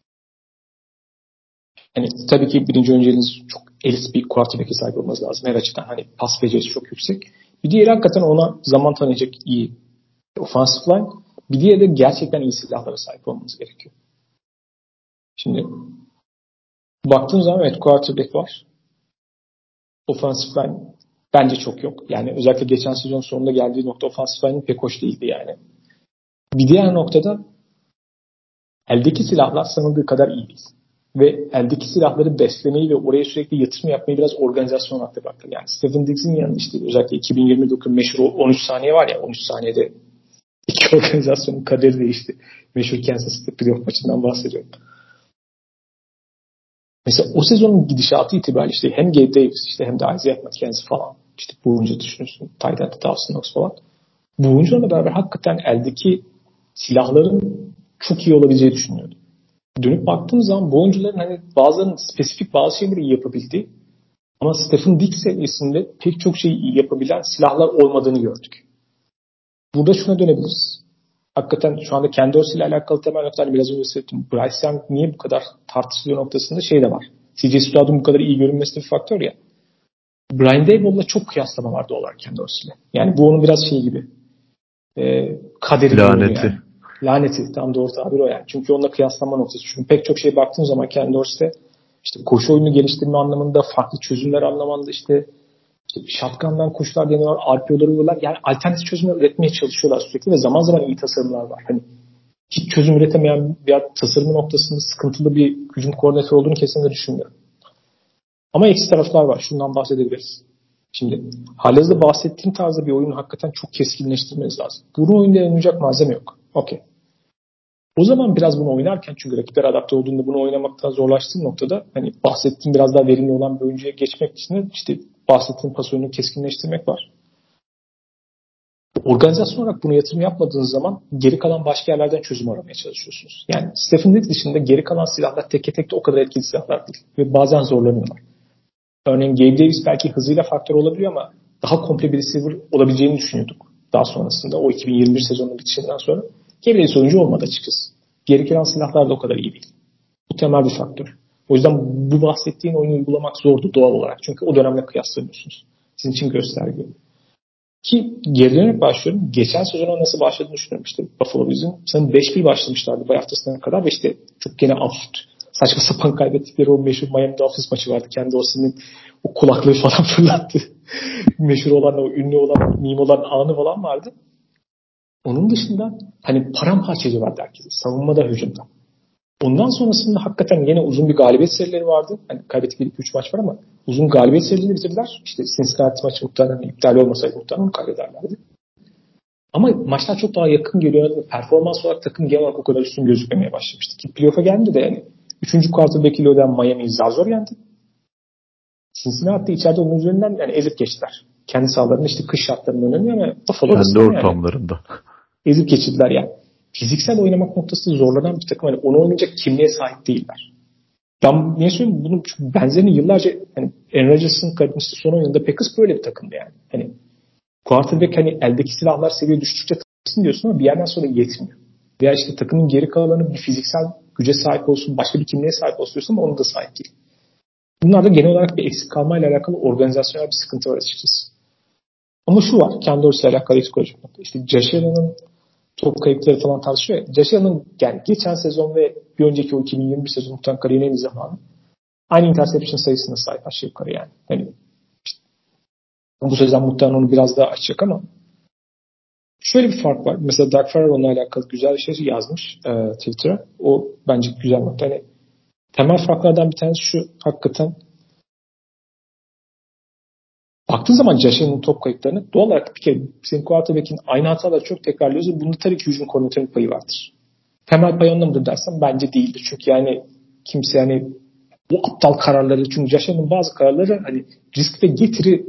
hani tabii ki birinci önceliğiniz çok elit bir quarterback'e sahip olmanız lazım. Her açıdan hani pas becerisi çok yüksek. Bir diğeri hakikaten ona zaman tanıyacak iyi offensive line. Bir diğeri de gerçekten iyi silahlara sahip olmanız gerekiyor. Şimdi baktığım zaman evet quarterback var. Offensive line bence çok yok. Yani özellikle geçen sezon sonunda geldiği nokta offensive line'in pek hoş değildi yani. Bir diğer noktada eldeki silahlar sanıldığı kadar iyi değil. Ve eldeki silahları beslemeyi ve oraya sürekli yatırım yapmayı biraz organizasyon hakkında baktım. Yani Stephen Diggs'in yanında işte özellikle 2029 meşhur 13 saniye var ya 13 saniyede iki organizasyonun kaderi değişti. Meşhur Kansas City playoff maçından bahsediyorum. Mesela o sezonun gidişatı itibariyle işte hem Gabe Davis işte hem de Isaiah McKenzie falan işte bu oyuncu düşünürsün. Tyler Dawson Knox falan. Bu oyuncularla beraber hakikaten eldeki silahların çok iyi olabileceği düşünüyordum. Dönüp baktığım zaman bu oyuncuların hani bazılarının spesifik bazı şeyleri iyi yapabildiği ama Stephen Diggs seviyesinde pek çok şeyi iyi yapabilen silahlar olmadığını gördük. Burada şuna dönebiliriz. Hakikaten şu anda kendi Dorsey ile alakalı temel noktalar biraz önce söyledim. Bryce Young niye bu kadar tartışılıyor noktasında şey de var. CJ Stroud'un bu kadar iyi görünmesi bir faktör ya. Brian Daboll'la çok kıyaslama var doğal olarak kendi Dorsey ile. Yani bu onun biraz şey gibi. Kaderi gibi yani. Laneti. Tam doğru tabir o yani. Çünkü onunla kıyaslama noktası. Çünkü pek çok şeye baktığın zaman kendi Dorsey'de işte koşu oyunu geliştirme anlamında, farklı çözümler anlamında işte shotgun'dan koşular deniyorlar, RPO'ları uyuyorlar. Yani alternatif çözümler üretmeye çalışıyorlar sürekli ve zaman zaman iyi tasarımlar var. Hani hiç çözüm üretemeyen bir tasarımı noktasında sıkıntılı bir hücum koordinatörü olduğunu kesinlikle düşünmüyorum. Ama eksi taraflar var. Şundan bahsedebiliriz. Şimdi halihazırda bahsettiğim tarzda bir oyunu hakikaten çok keskinleştirmeniz lazım. Bunun oyunda oynayacak malzeme yok. Okey. O zaman biraz bunu oynarken çünkü rakipler adapte olduğunda bunu oynamaktan zorlaştığı noktada hani bahsettiğim biraz daha verimli olan bir oyuncuya geçmek için işte bahsettiğim pas oyununu keskinleştirmek var. Organizasyon olarak bunu yatırım yapmadığınız zaman geri kalan başka yerlerden çözüm aramaya çalışıyorsunuz. Yani Stephen Diggs dışında geri kalan silahlar tek tek de o kadar etkili silahlar değil. Ve bazen zorlanıyorlar. Örneğin Gabe Davis belki hızıyla faktör olabiliyor ama daha komple bir receiver olabileceğini düşünüyorduk. Daha sonrasında o 2021 sezonunun bitişinden sonra Gabe Davis oyuncu olmadı açıkçası. Geri kalan silahlar da o kadar iyi değil. Bu temel bir faktör. O yüzden bu bahsettiğin oyunu uygulamak zordu doğal olarak. Çünkü o dönemle kıyaslamıyorsunuz. Sizin için gösterge. Ki geri dönerek başlıyorum. Geçen sezona nasıl başladığını düşünüyorum. İşte Buffalo Bills'in sanırım 5-1 başlamışlardı bay haftasına kadar ve işte çok gene absürt, saçma sapan kaybettikleri o meşhur Miami Dolphins maçı vardı. Kendi Orsi'nin o kulaklığı falan fırlattı. Meşhur olan, o ünlü olan, meme olan anı falan vardı. Onun dışında hani paramparçacı vardı herkese. Savunmada, hücumda. Ondan sonrasında hakikaten yine uzun bir galibiyet serileri vardı. Hani kaybettikleri 3 maç var ama uzun galibiyet serilerini bitirdiler. İşte Cincinnati maçı muhtemelen iptal olmasaydı muhtemelen onu kaybederlerdi. Ama maçlar çok daha yakın geliyor. Performans olarak takım genel olarak o kadar üstün gözükmemeye başlamıştı. Ki playoff'a geldi de yani 3. quarterback'iyle öden Miami'yi zar zor yendi. Cincinnati içeride onun üzerinden yani ezip geçtiler. Kendi sahalarında işte kış şartlarının önemi ama Buffalo kendi yani ortamlarında. ezip geçirdiler yani. Fiziksel oynamak noktasında zorlanan bir takım. Hani onu oynayacak kimliğe sahip değiller. Ben niye söyleyeyim? Bunun benzerini yıllarca hani Aaron Rodgers'ın karizması son oyununda Packers böyle bir takımdı yani. Hani quarterback hani eldeki silahlar seviye düştükçe taşısın diyorsun ama bir yerden sonra yetmiyor. Veya işte takımın geri kalanı bir fiziksel güce sahip olsun, başka bir kimliğe sahip olsun diyorsun ama onun da sahip değil. Bunlarda genel olarak bir eksik kalmayla alakalı organizasyonel bir sıkıntı var açıkçası. Ama şu var, kendi ile alakalı psikolojik nokta. İşte Josh Allen'ın top kayıpları falan tartışıyor ya. Josh Allen'ın yani geçen sezon ve bir önceki o 2021 sezon muhtemelen kariyerinin en iyi zamanı aynı interception sayısına sahip aşağı yukarı yani. Yani işte, bu sezon muhtemelen onu biraz daha açacak ama şöyle bir fark var. Mesela Doug Farrar onunla alakalı güzel bir şey yazmış Twitter'a. O bence güzel nokta. Yani temel farklardan bir tanesi şu, hakikaten baktığın zaman Josh Allen'ın top kayıplarını doğal olarak bir kere senin quarterback'in aynı hataları çok tekrarlıyorsa bunda tabii ki hücum koordinatörünün payı vardır. Temel pay onda mıdır dersen bence değildir. Çünkü yani kimse yani bu aptal kararları, çünkü Josh Allen'ın bazı kararları hani risk ve getiri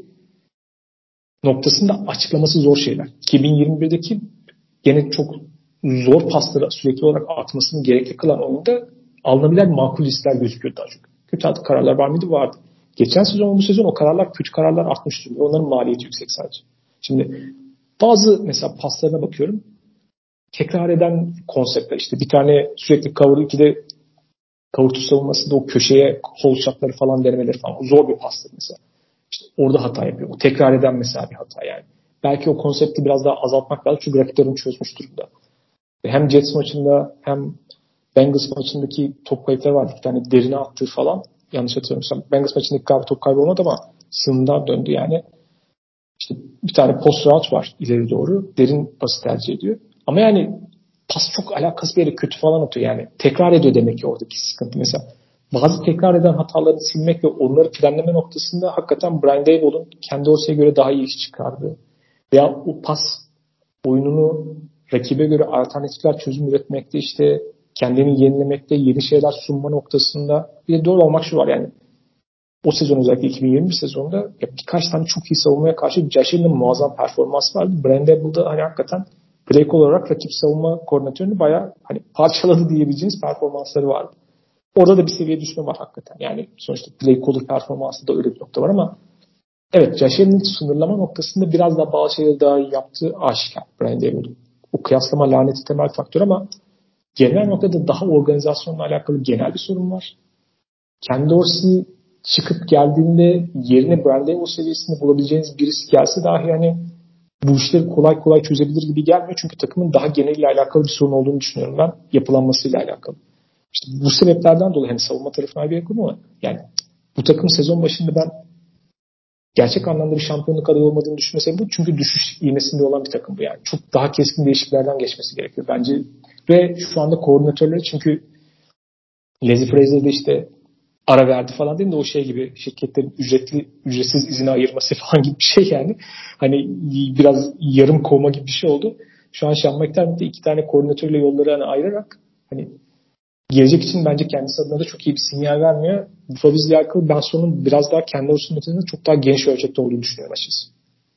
noktasında açıklaması zor şeyler. 2021'deki gene çok zor pasları sürekli olarak atmasını gerekli kılan oyunda alınabilen makul riskler gözüküyor daha çok. Kötü kararlar var mıydı? Vardı. Geçen sezon bu sezon o kararlar, kötü kararlar artmış durumda. Onların maliyeti yüksek sadece. Şimdi bazı mesela paslarına bakıyorum. Tekrar eden konseptler, işte bir tane sürekli cover 2'de cover 2 savunmasında o köşeye hole shotları falan denemeleri falan. O zor bir pastır mesela. İşte orada hata yapıyor. O tekrar eden mesela bir hata yani. Belki o konsepti biraz daha azaltmak lazım çünkü rakiplerini çözmüş durumda. Hem Jets maçında hem Bengals maçındaki top kayıpları vardı. Bir tane derine attığı falan. Yanlış hatırlamıyorsam. Bengals maçındaki galiba top kaybı olmadı ama sınırdan döndü yani. İşte bir tane post route var ileri doğru. Derin pası tercih ediyor. Ama yani pas çok alakasız bir yere kötü falan atıyor yani. Tekrar ediyor demek ki oradaki sıkıntı. Mesela bazı tekrar eden hataları silmek ve onları frenleme noktasında hakikaten Brian Daboll'un kendi Dorsey'e göre daha iyi iş çıkardığı veya o pas oyununu rakibe göre alternatifler çözüm üretmekte, işte kendini yenilemekte, yeni şeyler sunma noktasında bir de doğru olmak şu var yani. O sezon özellikle 2021 sezonunda ya birkaç tane çok iyi savunmaya karşı Josh Allen'ın muazzam performansı vardı. Brian Daboll'da hani hakikaten play call olarak rakip savunma koordinatörünü bayağı hani parçaladı diyebileceğiniz performansları vardı. Orada da bir seviye düşme var hakikaten. Yani sonuçta play caller performansı da öyle bir nokta var ama evet, Josh Allen'ın sınırlama noktasında biraz daha bazı şeyleri daha iyi yaptığı aşikar Brian Daboll'un. O kıyaslama laneti temel faktör ama genel noktada daha organizasyonla alakalı genel bir sorun var. Kendi Dorsey çıkıp geldiğinde yerine Brian Daboll seviyesinde bulabileceğiniz birisi gelse dahi yani bu işleri kolay kolay çözebilir gibi gelmiyor. Çünkü takımın daha geneliyle alakalı bir sorun olduğunu düşünüyorum ben. Yapılanmasıyla alakalı. İşte bu sebeplerden dolayı hani savunma tarafına bir yakın ama yani bu takım sezon başında ben gerçek anlamda bir şampiyonluk adayı olmadığını düşünmesem bu. Çünkü düşüş ivmesinde olan bir takım bu yani. Çok daha keskin değişikliklerden geçmesi gerekiyor bence. Ve şu anda koordinatörleri çünkü Leslie Frazier'da işte ara verdi falan değil mi de o şey gibi şirketlerin ücretsiz izine ayırması falan gibi bir şey yani. Hani biraz yarım kovma gibi bir şey oldu. Şu an Sean McDermott'da 2 tane koordinatörle yolları hani ayırarak hani gelecek için bence kendisi adına da çok iyi bir sinyal vermiyor. Bu Fabriz'le alakalı ben sonun biraz daha kendi olsun metodunda çok daha geniş ölçekte olduğunu düşünüyorum açıkçası.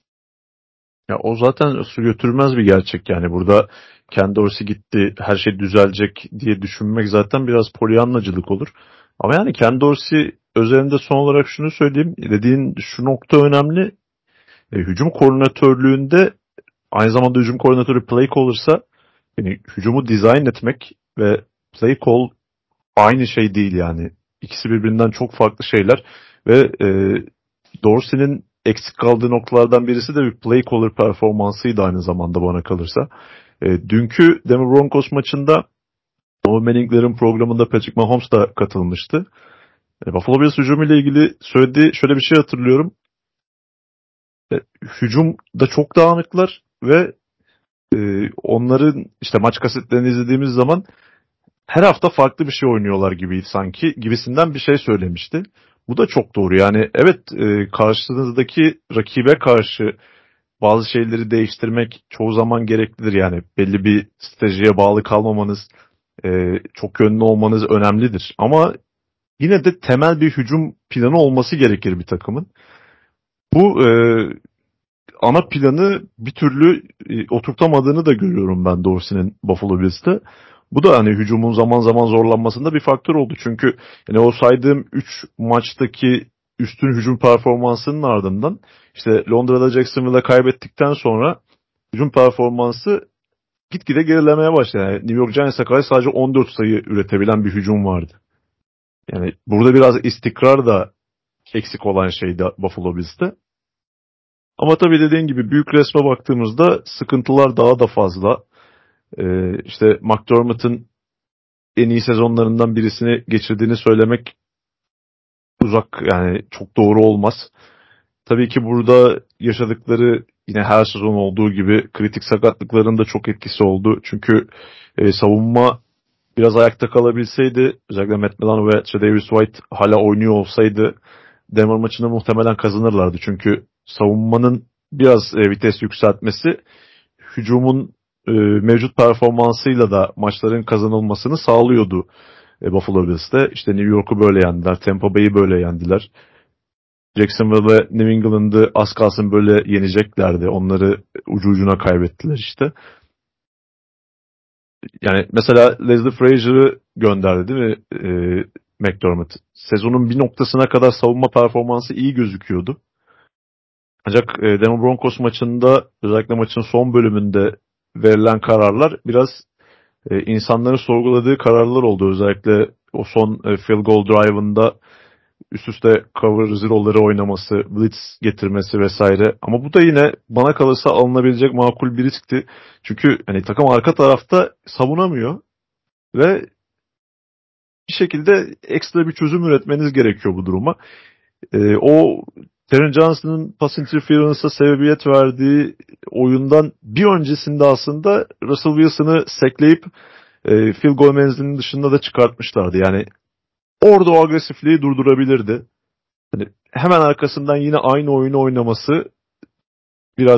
Ya o zaten su götürmez bir gerçek yani burada kendi Dorsey gitti her şey düzelecek diye düşünmek zaten biraz polyanlacılık olur. Ama yani kendi Dorsey özelinde son olarak şunu söyleyeyim. Dediğin şu nokta önemli. Hücum koordinatörlüğünde aynı zamanda hücum koordinatörü play caller'sa yani hücumu dizayn etmek ve play call aynı şey değil yani. İkisi birbirinden çok farklı şeyler ve Dorsey'nin eksik kaldığı noktalardan birisi de bir play caller performansıydı aynı zamanda bana kalırsa. Dünkü Denver Broncos maçında Tom Manning'lerin programında Patrick Mahomes da katılmıştı. Buffalo Bills hücumuyla ilgili söylediği şöyle bir şey hatırlıyorum. Hücumda çok dağınıklar ve onların işte maç kasetlerini izlediğimiz zaman her hafta farklı bir şey oynuyorlar gibi sanki gibisinden bir şey söylemişti. Bu da çok doğru. Yani evet, karşınızdaki rakibe karşı bazı şeyleri değiştirmek çoğu zaman gereklidir. Yani belli bir stratejiye bağlı kalmamanız, çok yönlü olmanız önemlidir. Ama yine de temel bir hücum planı olması gerekir bir takımın. Bu ana planı bir türlü oturtamadığını da görüyorum ben Dorsey'nin Buffalo Bills'te. Bu da hani hücumun zaman zaman zorlanmasında bir faktör oldu. Çünkü yani o saydığım 3 maçtaki üstün hücum performansının ardından işte Londra'da Jacksonville'a kaybettikten sonra hücum performansı gitgide gerilemeye başladı. Yani New York Giants'a karşı sadece 14 sayı üretebilen bir hücum vardı. Yani burada biraz istikrar da eksik olan şeydi Buffalo Bills'te. Ama tabii dediğin gibi büyük resme baktığımızda sıkıntılar daha da fazla. İşte McDermott'ın en iyi sezonlarından birisini geçirdiğini söylemek uzak, yani çok doğru olmaz. Tabii ki burada yaşadıkları yine her sezon olduğu gibi kritik sakatlıkların da çok etkisi oldu. Çünkü savunma biraz ayakta kalabilseydi, özellikle Matt Milano ve Tre'Davious White hala oynuyor olsaydı Denver maçını muhtemelen kazanırlardı. Çünkü savunmanın biraz vites yükseltmesi hücumun mevcut performansıyla da maçların kazanılmasını sağlıyordu Buffalo Bills'te. İşte New York'u böyle yendiler, Tampa Bay'i böyle yendiler. Jacksonville ve New England'ı az kalsın böyle yeneceklerdi. Onları ucu ucuna kaybettiler işte. Yani mesela Leslie Frazier'ı gönderdi değil mi McDermott? Sezonun bir noktasına kadar savunma performansı iyi gözüküyordu. Ancak Denver Broncos maçında, özellikle maçın son bölümünde verilen kararlar biraz insanların sorguladığı kararlar oldu. Özellikle o son field goal drive'ında üst üste cover zero'ları oynaması, blitz getirmesi vesaire. Ama bu da yine bana kalırsa alınabilecek makul bir riskti. Çünkü hani takım arka tarafta savunamıyor ve bir şekilde ekstra bir çözüm üretmeniz gerekiyor bu duruma. O Terry Johnson'ın pass interference'a sebebiyet verdiği oyundan bir öncesinde aslında Russell Wilson'ı sackleyip field goal menzilinin dışında da çıkartmışlardı. Yani orada o agresifliği durdurabilirdi. Hani hemen arkasından yine aynı oyunu oynaması biraz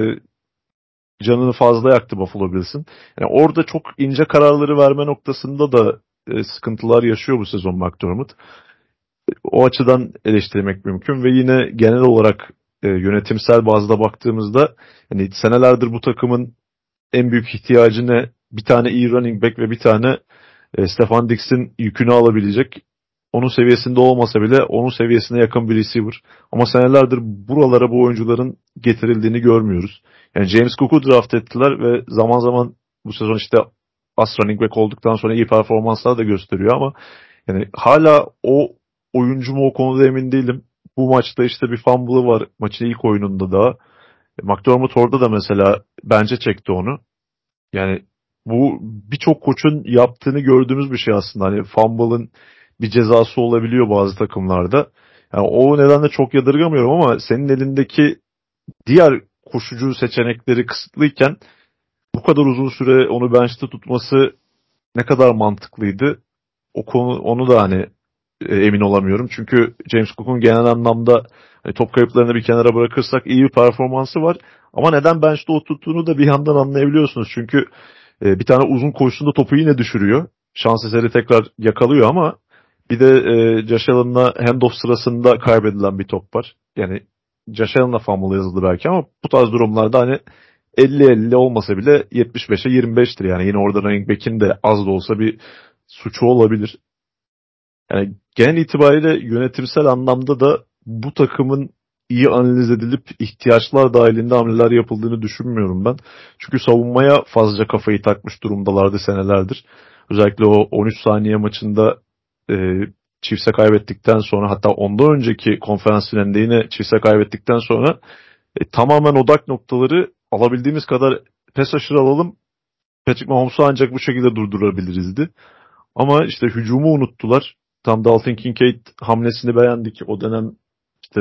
canını fazla yaktı Buffalo Bills'in. Yani orada çok ince kararları verme noktasında da sıkıntılar yaşıyor bu sezon McDermott. O açıdan eleştirmek mümkün ve yine genel olarak yönetimsel bazda baktığımızda hani senelerdir bu takımın en büyük ihtiyacı ne? Bir tane iyi running back ve bir tane Stefan Diggs'in yükünü alabilecek, onun seviyesinde olmasa bile onun seviyesine yakın bir receiver. Ama senelerdir buralara bu oyuncuların getirildiğini görmüyoruz. Yani James Cook'u draft ettiler ve zaman zaman bu sezon işte as running back olduktan sonra iyi performanslar da gösteriyor ama yani hala o oyuncu mu, o konuda emin değilim. Bu maçta işte bir fumble'ı var maçın ilk oyununda da. McDermott orada da mesela bence çekti onu. Yani bu birçok koçun yaptığını gördüğümüz bir şey aslında. Hani fumble'ın bir cezası olabiliyor bazı takımlarda. Yani o nedenle çok yadırgamıyorum ama senin elindeki diğer koşucu seçenekleri kısıtlıyken bu kadar uzun süre onu bench'te tutması ne kadar mantıklıydı? O konu, onu da hani emin olamıyorum. Çünkü James Cook'un genel anlamda top kayıplarını bir kenara bırakırsak iyi bir performansı var. Ama neden bench'te oturttuğunu da bir yandan anlayabiliyorsunuz. Çünkü bir tane uzun koşusunda topu yine düşürüyor. Şans eseri tekrar yakalıyor ama bir de Josh Allen'la handoff sırasında kaybedilen bir top var. Yani Josh Allen'la fumble yazıldı belki ama bu tarz durumlarda hani 50-50 olmasa bile 75'e 25'tir. Yani yine orada running back'in de az da olsa bir suçu olabilir. Yani genel itibariyle yönetimsel anlamda da bu takımın iyi analiz edilip ihtiyaçlar dahilinde hamleler yapıldığını düşünmüyorum ben. Çünkü savunmaya fazlaca kafayı takmış durumdalardı senelerdir. Özellikle o 13 saniye maçında e, Chiefs'e kaybettikten sonra, hatta ondan önceki konferans finalinde yine Chiefs'e kaybettikten sonra tamamen odak noktaları alabildiğimiz kadar pass rusher alalım. Patrick Mahomes'u ancak bu şekilde durdurabilirizdi. Ama işte hücumu unuttular. Tam Dalton Kincaid hamlesini beğendik. O dönem işte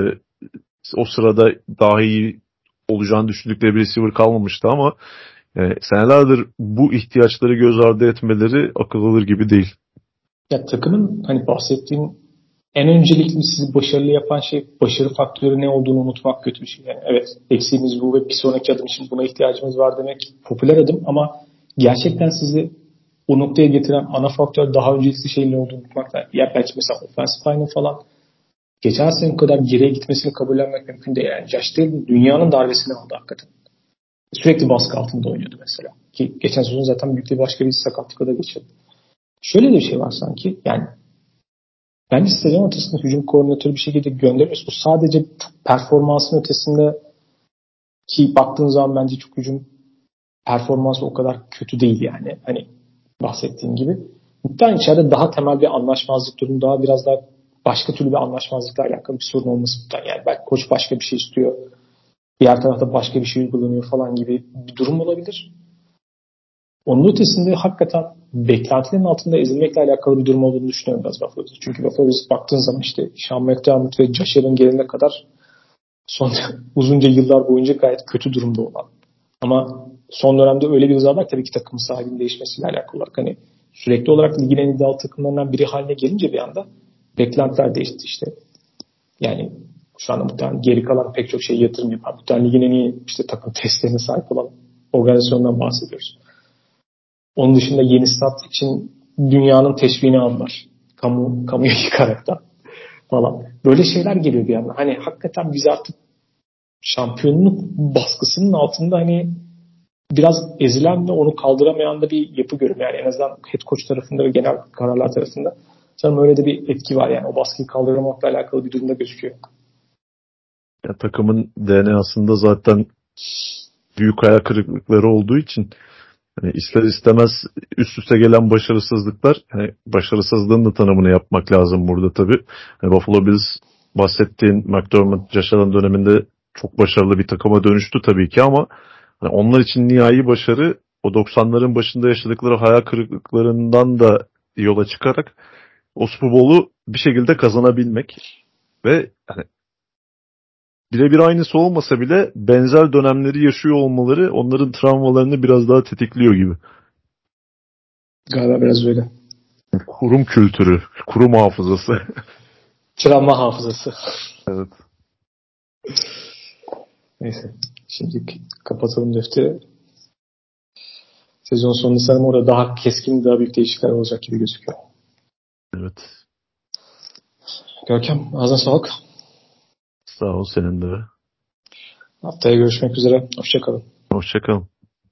o sırada daha iyi olacağını düşündükleri bir receiver kalmamıştı ama senelerdir bu ihtiyaçları göz ardı etmeleri akıl alır gibi değil. Ya takımın hani bahsettiğim en öncelikli sizi başarılı yapan şey, başarı faktörü ne olduğunu unutmak kötü bir şey. Yani evet, eksiğimiz bu ve bir sonraki adım için buna ihtiyacımız var demek popüler adım ama gerçekten sizi o noktaya getiren ana faktör daha öncelikli şeyin ne olduğunu unutmak. Ya belki mesela offensive line'ın falan geçen sene kadar geriye gitmesini kabullenmek mümkün değil. Yani Josh Dale dünyanın darbesini aldı hakikaten. Sürekli baskı altında oynuyordu mesela. Ki geçen sezon zaten büyük bir başka bir sakatlıkla da geçirdi. Şöyle de bir şey var sanki. Yani bence sezon ortasında hücum koordinatörü bir şekilde gönderiyoruz. Bu sadece performansın ötesinde ki baktığın zaman bence çok hücum performansı o kadar kötü değil yani. Hani bahsettiğim gibi. Muhtemelen içeride daha temel bir anlaşmazlık durumu, daha biraz daha başka türlü bir anlaşmazlıkla alakalı bir sorun olması muhtemelen. Yani belki koç başka bir şey istiyor. Diğer tarafta başka bir şey uygulanıyor falan gibi bir durum olabilir. Onun ötesinde hakikaten beklentilerin altında ezilmekle alakalı bir durum olduğunu düşünüyorum biraz Buffalo Bills. Çünkü Buffalo Bills baktığın zaman işte Sean McDermott ve Josh Allen gelene kadar son uzunca yıllar boyunca gayet kötü durumda olan. Ama son dönemde öyle bir hıza var tabii ki takımın sahibinin değişmesiyle alakalı olarak. Hani sürekli olarak ligin en iddialı takımlarından biri haline gelince bir anda beklentiler değişti işte. Yani şu anda muhtemelen geri kalan pek çok şey yatırım yapan, muhtemelen ligin en iyi işte takım testlerine sahip olan organizasyondan bahsediyoruz. Onun dışında yeni stat için dünyanın teşviğini aldılar. Kamuya yıkaraktan falan. Böyle şeyler geliyor bir yandan. Hani hakikaten biz artık şampiyonluk baskısının altında hani biraz ezilen ve onu kaldıramayan da bir yapı görüyorum. Yani en azından head coach tarafında ve genel kararlar tarafında. Sanırım öyle de bir etki var yani. O baskıyı kaldıramamakla alakalı bir durumda gözüküyor. Ya, takımın DNA'sında zaten büyük hayal kırıklıkları olduğu için hani ister istemez üst üste gelen başarısızlıklar, hani başarısızlığın da tanımını yapmak lazım burada tabii. Hani Buffalo Bills bahsettiğin McDermott, Josh Allen döneminde çok başarılı bir takıma dönüştü tabii ki ama hani onlar için nihai başarı o 90'ların başında yaşadıkları hayal kırıklıklarından da yola çıkarak o Super Bowl'u bir şekilde kazanabilmek ve hani birebir aynısı olmasa bile benzer dönemleri yaşıyor olmaları onların travmalarını biraz daha tetikliyor gibi. Galiba biraz öyle. Kurum kültürü, kurum hafızası. Travma hafızası. Evet. Neyse. Şimdi kapatalım defteri. Sezon sonunda sanırım orada daha keskin, daha büyük değişiklikler olacak gibi gözüküyor. Evet. Görkem, ağzına sağlık. Sağ ol senin de. Haftaya görüşmek üzere. Hoşça kalın. Hoşça kal.